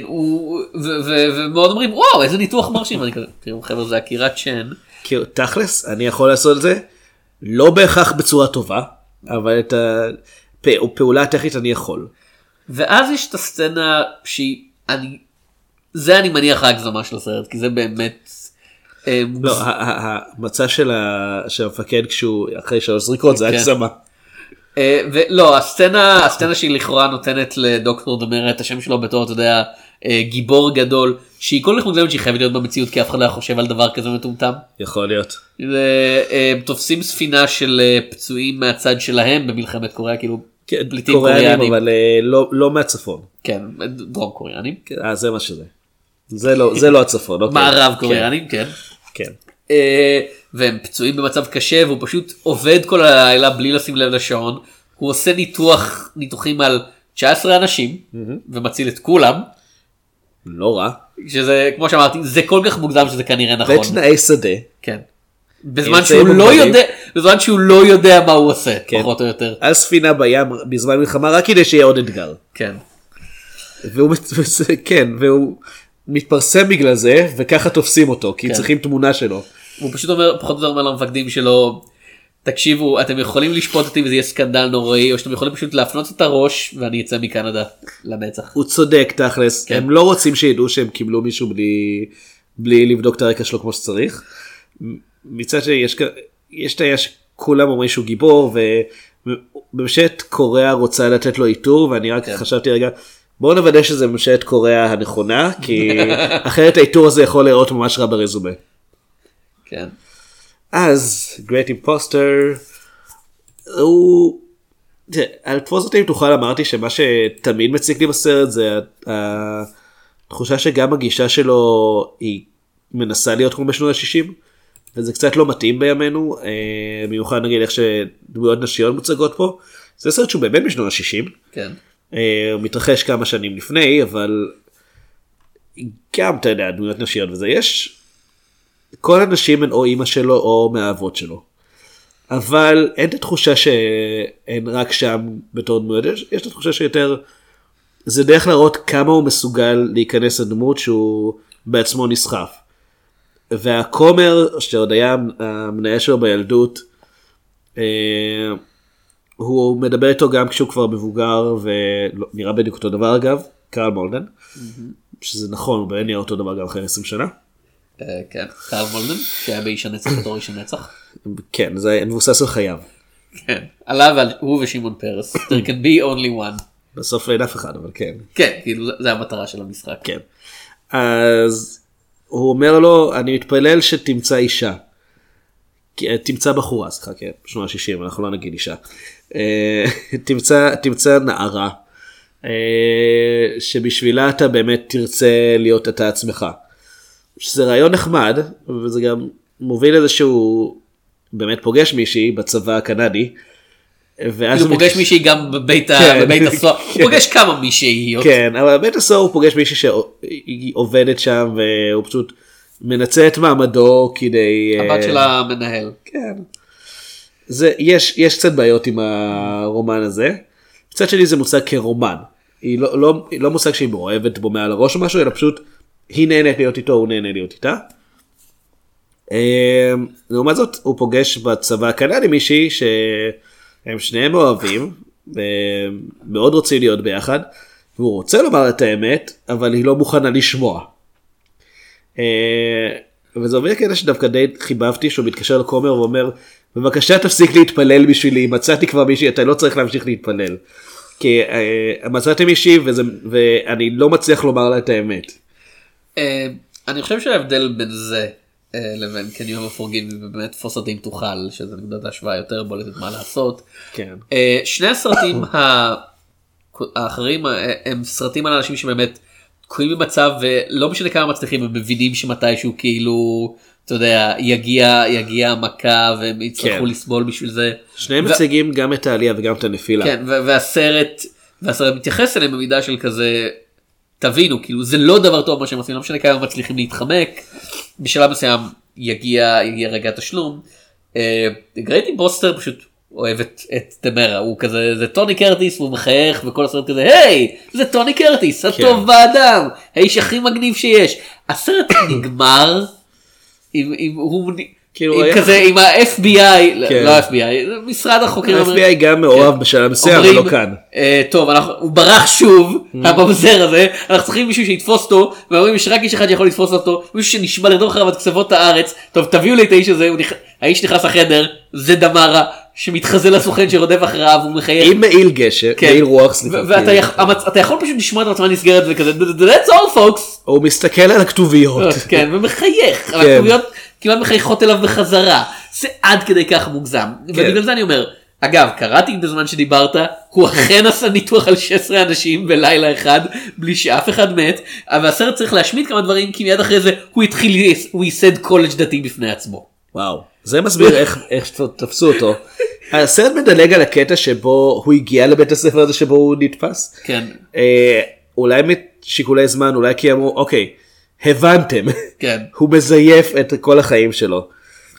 ומאוד אומרים, וואו, איזה ניתוח מרשים. אני כזה, תראו חבר'ה, זה עקירת שן. תכלס, אני יכול לעשות את זה, לא בהכרח בצורה טובה, אבל את הפעולה הטכנית אני יכול. ואז יש את הסצנה שהיא... זה אני מניח ההגזמה של הסרט, כי זה באמת... לא, המצע של המפקד כשהוא אחרי 3 זריקות זה הגזמה. ולא, הסצנה שהיא לכאורה נותנת לדוקטור דמרה את השם שלו בתור, אתה יודע, גיבור גדול, שהיא כל כך מוגזמת שהיא חייבת להיות במציאות, כי אף אחד לא חושב על דבר כזה מטומטם. יכול להיות. תופסים ספינה של פצועים מהצד שלהם במלחמת קוריאה, כאילו פליטים קוריאנים, אבל לא מהצפון. כן, דרום קוריאנים. זה מה שזה. זה לא הצפון. מערב קוריאנים, כן. כן. והם פצועים במצב קשה, והוא פשוט עובד כל הלילה בלי לשים לב לשעון. הוא עושה ניתוחים על 19 אנשים, ומציל את כולם. לא רע. שזה, כמו שאמרתי, זה כל כך מוגזם שזה כנראה נכון. ותנאי שדה. כן. בזמן שהוא לא יודע מה הוא עושה, פחות או יותר. על ספינה בים בזמן מלחמה, רק כדי שיהיה עוד אתגר. כן. והוא מתפרסם בגלל זה, וככה תופסים אותו, כי צריכים תמונה שלו. הוא פשוט אומר, פחות או יותר אומר למפקדים שלו, תקשיבו, אתם יכולים לשפוט אותי וזה יהיה סקנדל נוראי, או שאתם יכולים פשוט להפנות את הראש, ואני אצא מקנדה לנצח. הוא צודק, תכלס. הם לא רוצים שידעו שהם קיבלו מישהו בלי לבדוק את הרקע שלו כמו שצריך. מצד שיש את היה שכולם אומרים שהוא גיבור, ובמשלת קוריאה רוצה לתת לו איתור, ואני רק חשבתי רגע, בואו נוודא שזה ממשלת קוריאה הנכונה, כי אחרת האיתור הזה יכול להיראות ממש רע ברזומה. כן. אז, Great Imposter, הוא... על תפוס אותי אם תוכל אמרתי שמה שתמיד מציק לי בסרט זה התחושה שגם הגישה שלו היא מנסה להיות כמו בשנות ה-60, וזה קצת לא מתאים בימינו, מיוחד נגיד איך שדמויות נשיות מוצגות פה. זה סרט שהוא באמת בשנות ה-60. כן. הוא מתרחש כמה שנים לפני, אבל גם אתה יודע, דמויות נשיות וזה, יש כל הנשים הן או אמא שלו או מהאבות שלו, אבל אין את התחושה שהן רק שם בתור דמויות, יש את התחושה שיותר זה דרך להראות כמה הוא מסוגל להיכנס לדמות שהוא בעצמו נסחף. והכומר שעוד היה המנהל שלו בילדות, הוא מדבר איתו גם כשהוא כבר מבוגר, ונראה בדיוק אותו דבר אגב, קרל מולדן, שזה נכון, הוא באמת נראה אותו דבר גם אחרי 20 שנה. כן, קרל מולדן, שהיה באיש הנצח בתור איש הנצח. כן, זה מבוסס על חייו. כן, עליו הוא ושימון פרס, there can be only one. בסוף אין אף אחד, אבל כן. כן, כאילו זה המטרה של המשחק. כן. אז הוא אומר לו, אני מתפלל שתמצא אישה. תמצא בחורה, סליחה, כן, שנות ה-60, אנחנו לא נגיד אישה. תמצא נערה, שבשבילה אתה באמת תרצה להיות אתה עצמך. שזה רעיון נחמד, וזה גם מוביל לזה שהוא באמת פוגש מישהי בצבא הקנדי. הוא פוגש מישהי גם בבית הסוהר, הוא פוגש כמה מישהיות. כן, אבל בבית הסוהר הוא פוגש מישהי שהיא עובדת שם, והוא פשוט מנצל את מעמדו כדי... הבת של המנהל. כן. יש קצת בעיות עם הרומן הזה. קצת שלי זה מוצג כרומן. היא לא מושג שהיא מאוהבת בו מעל הראש או משהו, אלא פשוט היא נהנית להיות איתו, הוא נהנה להיות איתה. לעומת זאת, הוא פוגש בצבא הקנדי מישהי שהם שניהם אוהבים, ומאוד רוצים להיות ביחד, והוא רוצה לומר את האמת, אבל היא לא מוכנה לשמוע. וזה אומר כדי שדווקא די חיבבתי שהוא מתקשר לכומר ואומר, בבקשה תפסיק להתפלל בשבילי, מצאתי כבר מישהי, אתה לא צריך להמשיך להתפלל. כי מצאתי מישהי ואני לא מצליח לומר לה את האמת. אני חושב שההבדל בין זה לבין Can You Ever Forgive Me ובאמת תפוס אם תוכל, שזה נקודת ההשוואה יותר בולטת מה לעשות. כן. שני הסרטים האחרים הם סרטים על אנשים שבאמת תקועים במצב ולא משנה כמה מצליחים, הם מבינים שמתישהו כאילו, אתה יודע, יגיע המכה והם יצטרכו לסבול בשביל זה. שניהם מציגים גם את העלייה וגם את הנפילה. כן, והסרט מתייחס אליהם במידה של כזה, תבינו, כאילו זה לא דבר טוב מה שהם עושים, לא משנה כמה מצליחים להתחמק, בשלב מסוים יגיע רגע התשלום. גרייטי בוסטר פשוט אוהב את דמרה, הוא כזה, זה טוני קרטיס, והוא מחייך, וכל הסרט כזה, היי, זה טוני קרטיס, הטוב באדם, האיש הכי מגניב שיש. הסרט נגמר, עם ה-FBI, לא ה-FBI, משרד החוקרים. ה-FBI גם מאוהב בשלב מסוים, אבל לא כאן. טוב, הוא ברח שוב, הממזר הזה, אנחנו צריכים מישהו שיתפוס אותו, ואומרים יש רק איש אחד שיכול לתפוס אותו, מישהו שנשמע לדום אחריו עד קצוות הארץ, טוב תביאו לי את האיש הזה, האיש נכנס לחדר, זה דמרה, שמתחזה לסוכן שרודף אחריו, הוא מחייך. עם מעיל גשם, מעיל רוח, סליחה. ואתה יכול פשוט לשמוע את עצמה נסגרת וכזה, that's all folks. הוא מסתכל על הכתוביות. כן, ומחייך, הכתוביות כמעט מחייכות אליו בחזרה, זה עד כדי כך מוגזם, ובגלל זה אני אומר, אגב, קראתי בזמן שדיברת, הוא אכן עשה ניתוח על 16 אנשים בלילה אחד, בלי שאף אחד מת, אבל הסרט צריך להשמיד כמה דברים, כי מיד אחרי זה הוא ייסד קולג' דתי בפני עצמו. וואו, זה מסביר איך תפסו אותו. הסרט מדלג על הקטע שבו הוא הגיע לבית הספר הזה שבו הוא נתפס. כן. אולי משיקולי זמן, אולי כי אמרו, אוקיי, הבנתם. כן. הוא מזייף את כל החיים שלו.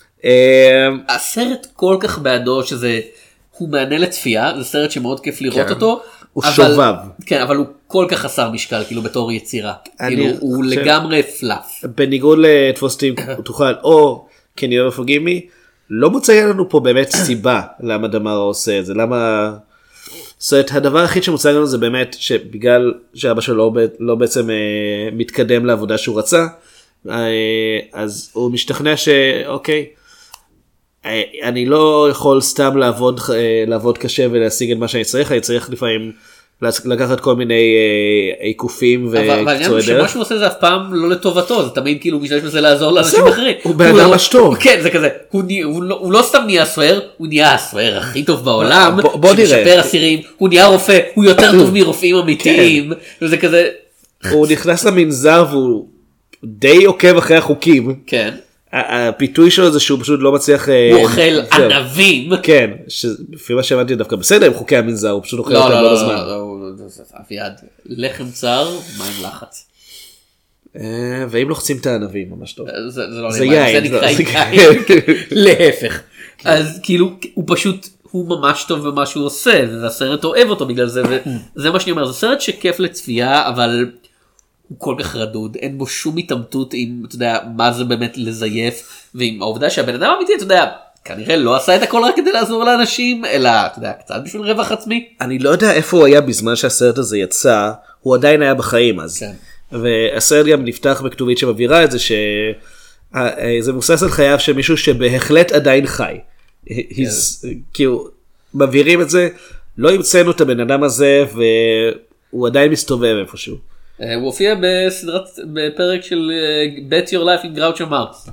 הסרט כל כך בעדו שזה, הוא מענה לצפייה, זה סרט שמאוד כיף לראות אותו. הוא שובב. כן, אבל הוא כל כך חסר משקל, כאילו בתור יצירה. כאילו הוא לגמרי פלאף. בניגוד לתפוסים תוכל, או Can You Ever Forgive Me, לא מוצא לנו פה באמת סיבה למה דמרה עושה את זה, למה... זאת אומרת, הדבר הכי שמוצא לנו זה באמת שבגלל שאבא שלו לא בעצם מתקדם לעבודה שהוא רצה, אז הוא משתכנע שאוקיי, אני לא יכול סתם לעבוד קשה ולהשיג את מה שאני צריך, אני צריך לפעמים לקחת כל מיני עיקופים וקצועי דרך. אבל שמה שהוא עושה זה אף פעם לא לטובתו, זה תמיד כאילו משתמש בזה לעזור לאנשים אחרים. הוא באדם משטוב. כן, זה כזה, הוא לא סתם נהיה סוער, הוא נהיה הסוער הכי טוב בעולם, בוא נראה. שמשפר אסירים, הוא נהיה רופא, הוא יותר טוב מרופאים אמיתיים, וזה כזה... הוא נכנס למנזר והוא די עוקב אחרי החוקים. כן. הפיתוי שלו זה שהוא פשוט לא מצליח... הוא אוכל ענבים. כן, לפי מה שהבנתי דווקא בסדר עם חוקי המנזר, הוא פשוט אוכל אותם לא בזמן. אביעד, לחם צר, מים לחץ. ואם לוחצים את הענבים, ממש טוב. זה יין. זה נקרא יין. להפך. אז כאילו, הוא פשוט, הוא ממש טוב במה שהוא עושה, והסרט אוהב אותו בגלל זה, וזה מה שאני אומר, זה סרט שכיף לצפייה, אבל... הוא כל כך רדוד, אין בו שום התאמתות עם, אתה יודע, מה זה באמת לזייף, ועם העובדה שהבן אדם אמיתי, אתה יודע, כנראה לא עשה את הכל רק כדי לעזור לאנשים, אלא, אתה יודע, קצת בשביל רווח עצמי. אני לא יודע איפה הוא היה בזמן שהסרט הזה יצא, הוא עדיין היה בחיים אז. כן. והסרט גם נפתח בכתובית שמבהירה את זה, שזה מבוסס על חייו של מישהו שבהחלט עדיין חי. כאילו, מבהירים את זה, לא המצאנו את הבן אדם הזה, והוא עדיין מסתובב איפשהו. הוא הופיע בפרק של Bet Your Life עם גראוצ'ו מרקס.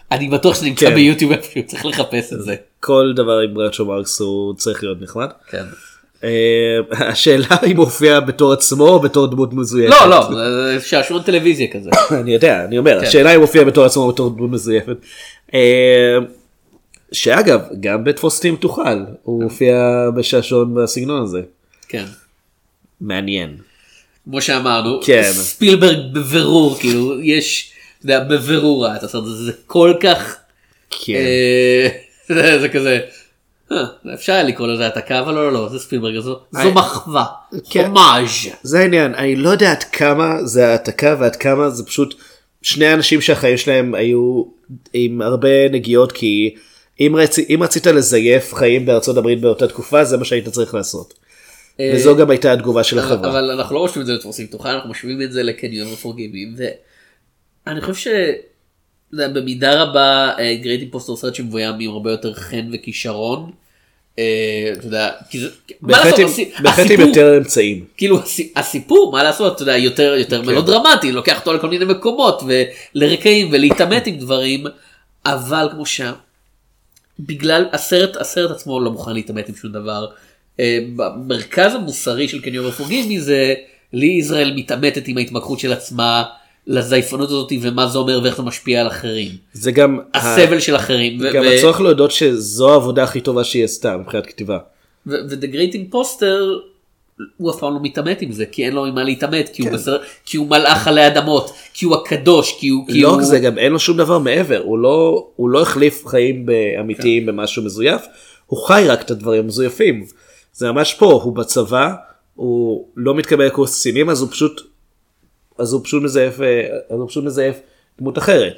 אני בטוח שזה נמצא ביוטיוב, צריך לחפש את זה. כל דבר עם גרצ'ו מרקס הוא צריך להיות נחמד. כן. השאלה אם הוא הופיע בתור עצמו או בתור דמות מזויפת. לא, זה שעשועון טלוויזיה כזה. אני יודע, אני אומר, השאלה אם הוא הופיע בתור עצמו או בתור דמות מזויפת. שאגב, גם בתפוס אותי אם תוכל, הוא הופיע בשעשועון בסגנון הזה. כן. מעניין. כמו שאמרנו, כן. ספילברג בבירור, כאילו, יש, אתה יודע, בבירור, זה כל כך, כן. זה כזה, אפשר היה לקרוא לזה העתקה, אבל לא, זה ספילברג, זו מחווה, הומאז'. זה העניין, אני לא יודע עד כמה זה העתקה ועד כמה זה פשוט שני אנשים שהחיים שלהם היו עם הרבה נגיעות, כי אם רצית לזייף חיים בארצות הברית באותה תקופה, זה מה שהיית צריך לעשות. וזו גם הייתה התגובה של החברה. אבל אנחנו לא משווים את זה לתפוסים תוכל, אנחנו משווים את זה לקניון ופורגיבים, ואני חושב שבמידה רבה גרייט אימפוסטר הוא סרט שמבוים עם הרבה יותר חן וכישרון. אתה יודע, בהחלט עם יותר אמצעים. כאילו הסיפור, מה לעשות, אתה יודע, יותר מלודרמטי, לוקח אותו לכל מיני מקומות ולרקעים ולהתאמת עם דברים, אבל כמו בגלל הסרט עצמו לא מוכן להתאמת עם שום דבר. במרכז המוסרי של קניון ופורגיבי זה לי ישראל מתאמתת עם ההתמקחות של עצמה לזייפנות הזאת ומה זה אומר ואיך זה משפיע על אחרים. זה גם הסבל של אחרים. גם הצורך להודות שזו העבודה הכי טובה שהיא עשתה מבחינת כתיבה. ו-The Great Imposter הוא אף פעם לא מתאמת עם זה, כי אין לו ממה להתאמת, כי הוא מלאך עלי אדמות, כי הוא הקדוש, לא, זה גם אין לו שום דבר מעבר, הוא לא החליף חיים אמיתיים במשהו מזויף, הוא חי רק את הדברים המזויפים. זה ממש פה, הוא בצבא, הוא לא מתקבל לקורס קצינים, אז הוא פשוט מזייף דמות אחרת.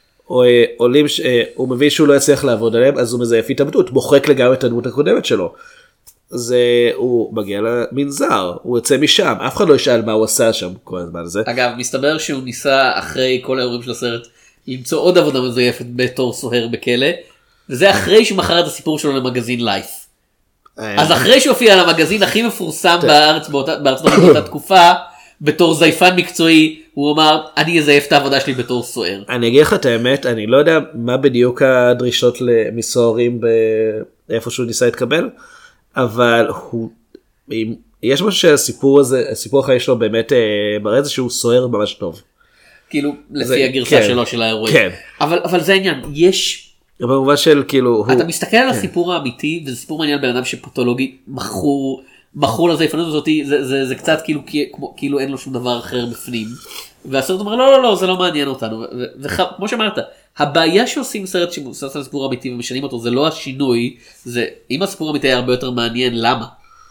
הוא מבין שהוא לא יצליח לעבוד עליהם, אז הוא מזייף התאבדות, מוחק לגמרי את הדמות הקודמת שלו. הוא מגיע למנזר, הוא יוצא משם, אף אחד לא ישאל מה הוא עשה שם כל הזמן הזה. אגב, מסתבר שהוא ניסה אחרי כל האירועים של הסרט, למצוא עוד עבודה מזויפת בתור סוהר בכלא, וזה אחרי שהוא מכר את הסיפור שלו למגזין לייף. אז אחרי שהופיע על המגזין הכי מפורסם בארץ באותה תקופה, בתור זייפן מקצועי, הוא אמר, אני אזייף את העבודה שלי בתור סוער. אני אגיד לך את האמת, אני לא יודע מה בדיוק הדרישות מסוהרים באיפה שהוא ניסה להתקבל, אבל יש משהו שהסיפור הזה, הסיפור החיים שלו באמת מראה זה שהוא סוער ממש טוב. כאילו, לפי הגרסה שלו של האירועים. אבל זה העניין, יש... במובן של כאילו... אתה מסתכל על הסיפור האמיתי, וזה סיפור מעניין בן אדם שפתולוגי מכור לזייפנות הזאת, זה קצת כאילו אין לו שום דבר אחר בפנים. והסרט אומר, לא, זה לא מעניין אותנו. וכמו שאמרת, הבעיה שעושים סרט שמבוסס על סיפור אמיתי ומשנים אותו, זה לא השינוי, זה אם הסיפור האמיתי היה הרבה יותר מעניין, למה?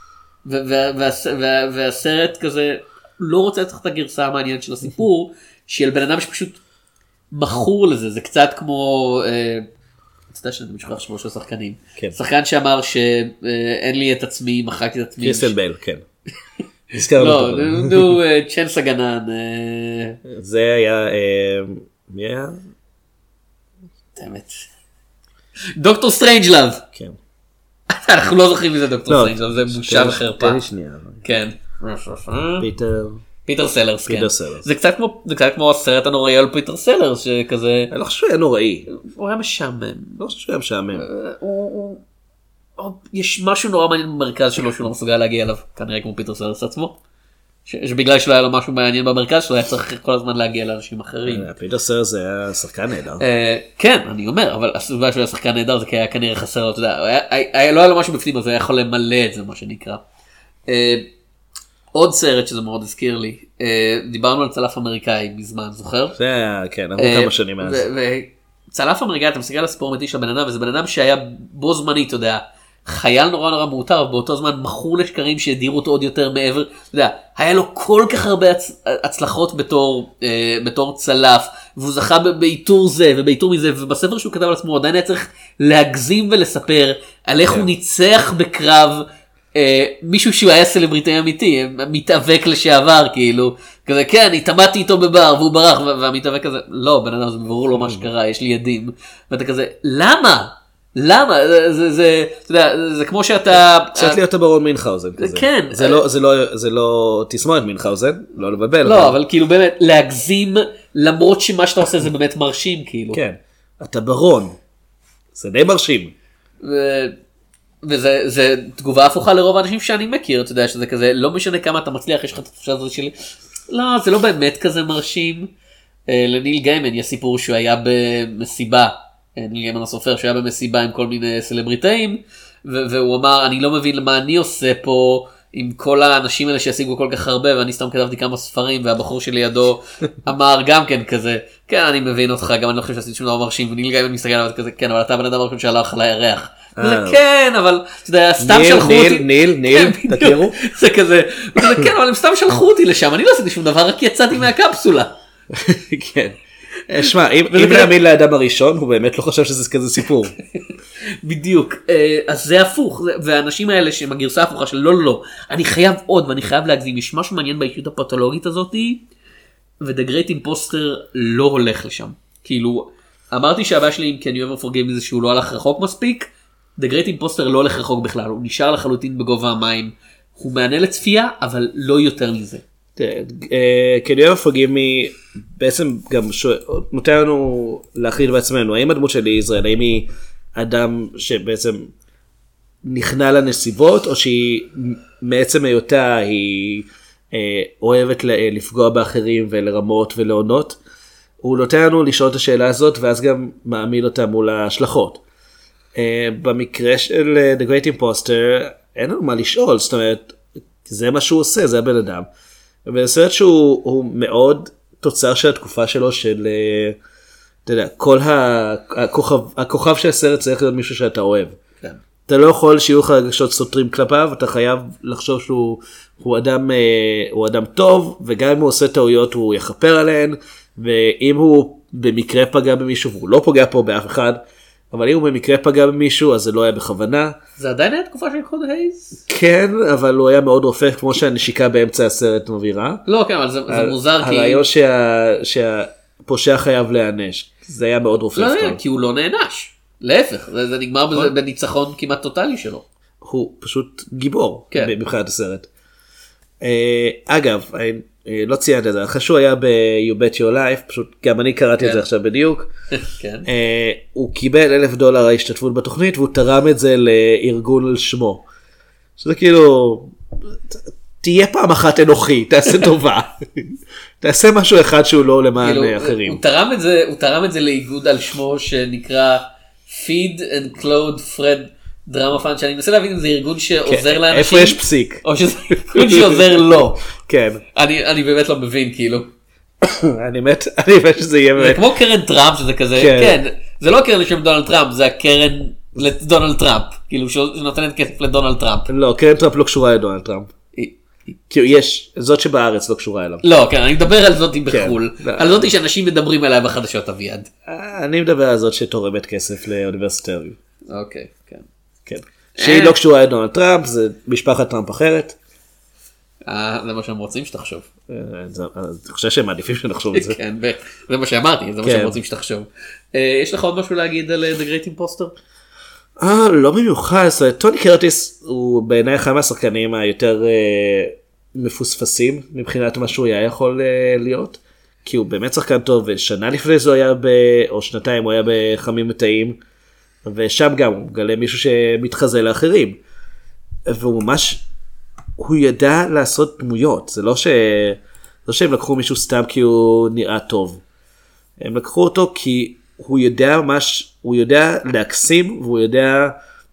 והסרט כזה לא רוצה לצריך את הגרסה המעניינת של הסיפור, של בן אדם שפשוט מכור לזה, זה קצת כמו... אתה יודע שאני משוכח שמו של שחקנים. שחקן שאמר שאין לי את עצמי, מחקתי את עצמי. קריסטל בל, כן. לא, נו, צ'אנס הגנן. זה היה... מי היה? באמת. דוקטור סטרנג'לאב. כן. אנחנו לא זוכרים מזה דוקטור סטרנג'לאב, זה בושה וחרפה. כן. פיטר סלרס, כן. זה קצת כמו הסרט הנוראי על פיטר סלרס, שכזה... אני לא חושב שהוא היה נוראי. הוא היה משעמם. לא חושב שהוא היה משעמם. יש משהו נורא מעניין במרכז שלו שהוא לא מסוגל להגיע אליו, כנראה כמו פיטר סלרס עצמו. שבגלל שלא היה לו משהו מעניין במרכז שלו, היה צריך כל הזמן להגיע לאנשים אחרים. פיטר סלרס זה היה שחקן נהדר. כן, אני אומר, אבל הסביבה שהוא היה שחקן נהדר זה היה כנראה חסר לו, אתה יודע, לא היה לו משהו בפנים, אז הוא היה יכול למלא את זה, מה שנקרא. עוד סרט שזה מאוד הזכיר לי, דיברנו על צלף אמריקאי מזמן, זוכר? זה היה, כן, עברו כמה שנים מאז. וצלף אמריקאי, אתה מסתכל על הסיפור האמיתי של הבן אדם, וזה בן אדם שהיה בו זמנית, אתה יודע, חייל נורא מעוטר, ובאותו זמן מכור לשקרים שהדירו אותו עוד יותר מעבר, אתה יודע, היה לו כל כך הרבה הצלחות בתור צלף, והוא זכה באיתור זה ובאיתור מזה, ובספר שהוא כתב על עצמו, הוא עדיין היה צריך להגזים ולספר על איך הוא ניצח בקרב, מישהו שהוא היה סלבריטאי אמיתי, מתאבק לשעבר, כאילו, כזה, כן, התאמתי איתו בבר, והוא ברח, והמתאבק כזה, לא, בן אדם, זה ברור לו מה שקרה, יש לי ידים, ואתה כזה, למה? זה כמו שאתה... קצת להיות הברון מינכאוזן כזה. כן. זה לא תסמונת מינכאוזן, לא לבלבל. לא, אבל כאילו באמת, להגזים, למרות שמה שאתה עושה זה באמת מרשים, כאילו. כן. אתה ברון. זה די מרשים. וזה תגובה הפוכה לרוב האנשים שאני מכיר, אתה יודע שזה כזה, לא משנה כמה אתה מצליח, יש לך את התחושה הזאת שלי, לא, זה לא באמת כזה מרשים. לניל גיימן יש סיפור שהוא היה במסיבה, ניל גיימן הסופר שהיה במסיבה עם כל מיני סלבריטאים, והוא אמר, אני לא מבין מה אני עושה פה עם כל האנשים האלה שהשיגו כל כך הרבה, ואני סתם כתבתי כמה ספרים, והבחור שלידו אמר גם כן כזה, כן, אני מבין אותך, גם אני לא חושב שעשיתי שום דבר מרשים, וניל גיימן מסתכל עליו כזה, כן, אבל אתה בן אדם הראשון שהלך על הירח. זה כן, אבל אתה יודע, סתם שלחו אותי. ניל, תכירו? זה כזה, כן, אבל הם סתם שלחו אותי לשם, אני לא עשיתי שום דבר, רק יצאתי מהקפסולה. כן. שמע, אם להאמין לאדם הראשון, הוא באמת לא חושב שזה כזה סיפור. בדיוק. אז זה הפוך, והאנשים האלה שהם הגרסה הפוכה של לא, אני חייב עוד, ואני חייב להגזים, יש משהו מעניין באישיות הפתולוגית הזאת, ו-The Great Imposter לא הולך לשם. כאילו, אמרתי שהבעיה שלי עם Can You Ever Forgive Me זה שהוא לא הלך רחוק מספיק, The Great Imposter לא הולך רחוק בכלל, הוא נשאר לחלוטין בגובה המים, הוא מענה לצפייה, אבל לא יותר מזה. Can You Ever Forgive Me בעצם גם נותן לנו להחליט בעצמנו, האם הדמות שלי ישראל, האם היא אדם שבעצם נכנע לנסיבות, או שהיא מעצם היותה היא אוהבת לפגוע באחרים ולרמות ולעונות. הוא נותן לנו לשאול את השאלה הזאת, ואז גם מעמיד אותה מול ההשלכות. במקרה של The Great Imposter, אין לנו מה לשאול, זאת אומרת, זה מה שהוא עושה, זה הבן אדם. ובסרט שהוא מאוד תוצר של התקופה שלו, של, אתה יודע, כל הכוכב של הסרט צריך להיות מישהו שאתה אוהב. כן. אתה לא יכול שיהיו לך רגשות סותרים כלפיו, אתה חייב לחשוב שהוא אדם טוב, וגם אם הוא עושה טעויות הוא יכפר עליהן, ואם הוא במקרה פגע במישהו, והוא לא פוגע פה באף אחד, אבל אם הוא במקרה פגע במישהו, אז זה לא היה בכוונה. זה עדיין היה תקופה של קוד הייז? כן, אבל הוא היה מאוד רופא, כמו שהנשיקה באמצע הסרט מבהירה. לא, כן, אבל זה מוזר כי... הרעיון שהפושע חייב להיענש. זה היה מאוד רופא. לא, כי הוא לא נענש. להפך, זה נגמר בניצחון כמעט טוטלי שלו. הוא פשוט גיבור, מבחינת הסרט. אגב, לא ציינתי את זה, אחרי שהוא היה ב-You Bet Your Life, פשוט גם אני קראתי את זה עכשיו בדיוק, הוא קיבל $1,000 ההשתתפות בתוכנית, והוא תרם את זה לארגון על שמו. שזה כאילו, תהיה פעם אחת אנוכי, תעשה טובה. תעשה משהו אחד שהוא לא למען אחרים. הוא תרם את זה לאיגוד על שמו שנקרא Feed and Clothe Fred דרמה פאנד, שאני מנסה להבין אם זה ארגון שעוזר לאנשים. איפה יש פסיק? או שזה ארגון שעוזר לו. כן. אני באמת לא מבין, כאילו. אני מת שזה יהיה... זה כמו קרן טראמפ, שזה כזה, כן, זה לא קרן לשם דונלד טראמפ, זה הקרן לדונלד טראמפ, כאילו שנותנת כסף לדונלד טראמפ. לא, קרן טראמפ לא קשורה לדונלד טראמפ. כאילו יש, זאת שבארץ לא קשורה אליו. לא, כן, אני מדבר על זאתי בחול, על זאתי שאנשים מדברים עליה בחדשות אביעד. אני מדבר על זאת שתורמת כסף לאוניברסיטה. אוקיי, כן. כן. שהיא לא קשורה לדונלד טראמפ, זה משפחת טראמפ אחרת. זה מה שהם רוצים שתחשוב. אני חושב שהם מעדיפים שנחשוב את זה. כן, זה מה שאמרתי, זה מה שהם רוצים שתחשוב. יש לך עוד משהו להגיד על The Great Imposter? לא במיוחד, טוני קרטיס הוא בעיניי אחד מהשחקנים היותר מפוספסים מבחינת מה שהוא היה יכול להיות. כי הוא באמת שחקן טוב, ושנה לפני זה הוא היה, או שנתיים הוא היה בחמים וטעים. ושם גם הוא מגלה מישהו שמתחזה לאחרים, והוא ממש, הוא ידע לעשות דמויות, זה לא שהם לקחו מישהו סתם כי הוא נראה טוב, הם לקחו אותו כי הוא יודע ממש, הוא יודע להקסים, והוא יודע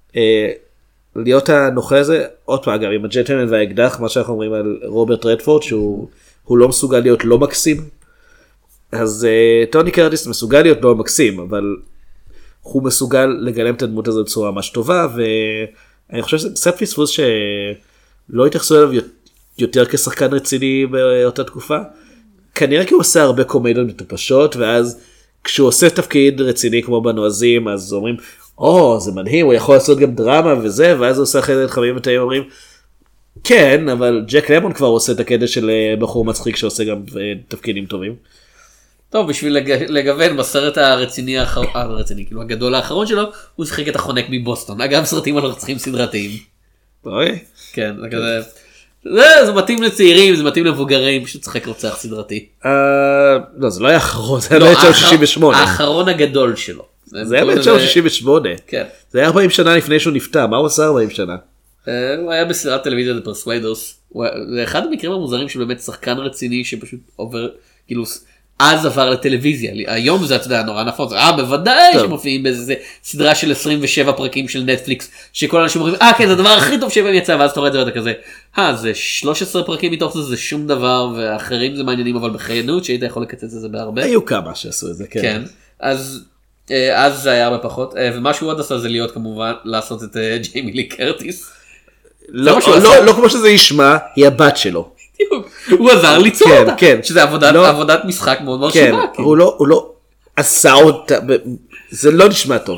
להיות הנוחה הזה, עוד פעם, גם עם הג'נטלמן והאקדח, מה שאנחנו אומרים על רוברט רדפורד, שהוא לא מסוגל להיות לא מקסים, אז טוני קרטיס מסוגל להיות לא מקסים, אבל הוא מסוגל לגלם את הדמות הזאת בצורה ממש טובה, ואני חושב שזה קצת פספוס שלא התייחסו אליו יותר כשחקן רציני באותה תקופה. כנראה כי הוא עושה הרבה קומדיות מטופשות, ואז כשהוא עושה תפקיד רציני כמו בנועזים, אז אומרים, זה מדהים, הוא יכול לעשות גם דרמה וזה, ואז הוא עושה אחרי זה את חמים וטעים, אומרים, כן, אבל ג'ק למון כבר עושה את הקטע של בחור מצחיק שעושה גם תפקידים טובים. טוב, בשביל לגוון בסרט הרציני, כאילו הגדול האחרון שלו, הוא שחק את החונק מבוסטון. אגב, סרטים על רוצחים סדרתיים. אוי. כן, זה כזה... זה מתאים לצעירים, זה מתאים למבוגרים, פשוט שחק רוצח סדרתי. לא, זה לא היה האחרון, זה היה 1968. האחרון הגדול שלו. זה היה ב-1968. כן. זה היה 40 שנה לפני שהוא נפטר, מה הוא עשה 40 שנה? הוא היה בסדרת טלוויזיה The Persuaders, זה אחד המקרים המוזרים שבאמת שחקן רציני שפשוט עובר, כאילו, אז עבר לטלוויזיה, היום זה, אתה יודע, נורא נפוץ, בוודאי שמופיעים באיזה סדרה של 27 פרקים של נטפליקס, שכל האנשים אומרים, כן, זה הדבר הכי טוב שבהם יצא, ואז אתה רואה את זה ואתה כזה, זה 13 פרקים מתוך זה, זה שום דבר, ואחרים זה מעניינים, אבל בחיינות, שהיית יכול לקצץ את זה בהרבה. היו כמה שעשו את זה, כן. כן, אז זה היה הרבה פחות, ומה שהוא עוד עשה זה להיות כמובן, לעשות את ג'יימי לי קרטיס. לא כמו שזה ישמע, היא הבת שלו. הוא עזר ליצור אותה, שזה עבודת משחק מאוד מאוד שונה. הוא לא עשה אותה, זה לא נשמע טוב.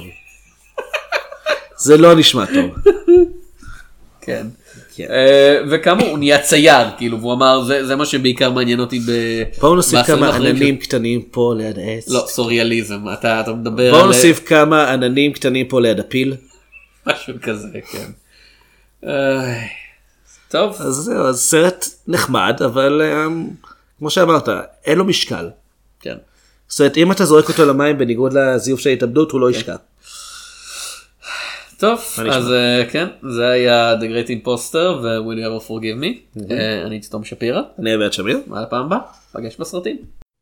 זה לא נשמע טוב. כן. וכמה הוא נהיה צייר, כאילו, והוא אמר, זה מה שבעיקר מעניין אותי בואו נוסיף כמה עננים קטנים פה ליד העץ. לא, סוריאליזם, אתה מדבר בואו נוסיף כמה עננים קטנים פה ליד הפיל. משהו כזה, כן. טוב. אז זהו, אז סרט נחמד, אבל כמו שאמרת, אין לו משקל. כן. זאת אומרת, אם אתה זורק אותו למים בניגוד לזיוף של התאבדות, הוא לא ישקע. טוב, אז כן, זה היה The Great Imposter ו-Will You Ever Forgive Me. אני תום שפירא. אני אבד שמיר. מה לפעם הבאה? פגש בסרטים.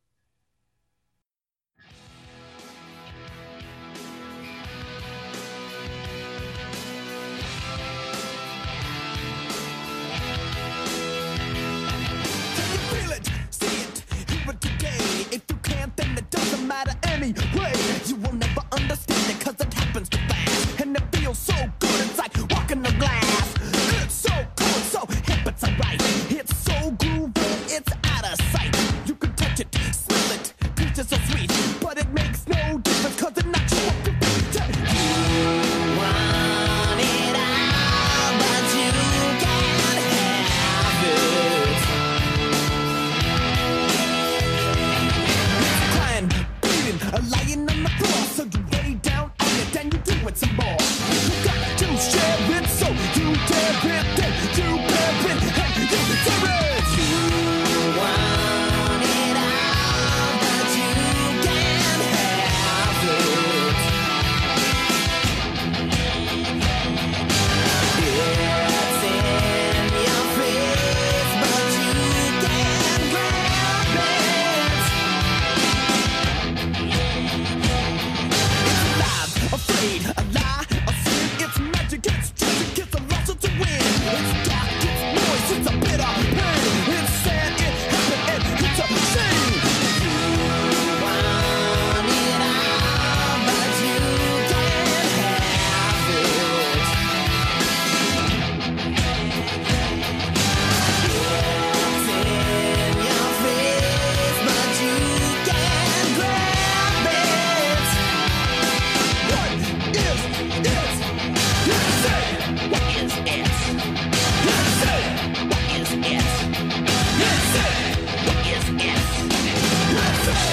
Anyway, you will never understand it cause it happens too fast. And it feels so good, it's like walking on glass. It's so cool, it's so hip, it's alright. It's so groovy, it's out of sight. You can touch it, smell it, taste it so sweet. But it makes no difference cause it knocks you off your feet. You want it all, but you can't have it. It's crying, bleeding, lying on the floor. So you lay down on it and you do it some more. You got to share it, so you dare it, then you bear it, hey, you deserve it. You want it all, but you can't have it. It's in your face, but you can't grab it. It's alive, afraid, a lie, a sin. It's magic, it's tragic, it's a loss, it's a win. It's dark, it's noise, it's a bitter pain. It's sad, it happened, and it's a shame. You want it all, but you can't have it. It's in your face, but you can't grab it. What is it? You say, what is it? You say, what is it? You say, what is it? You say.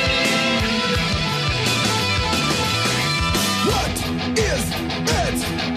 What is it?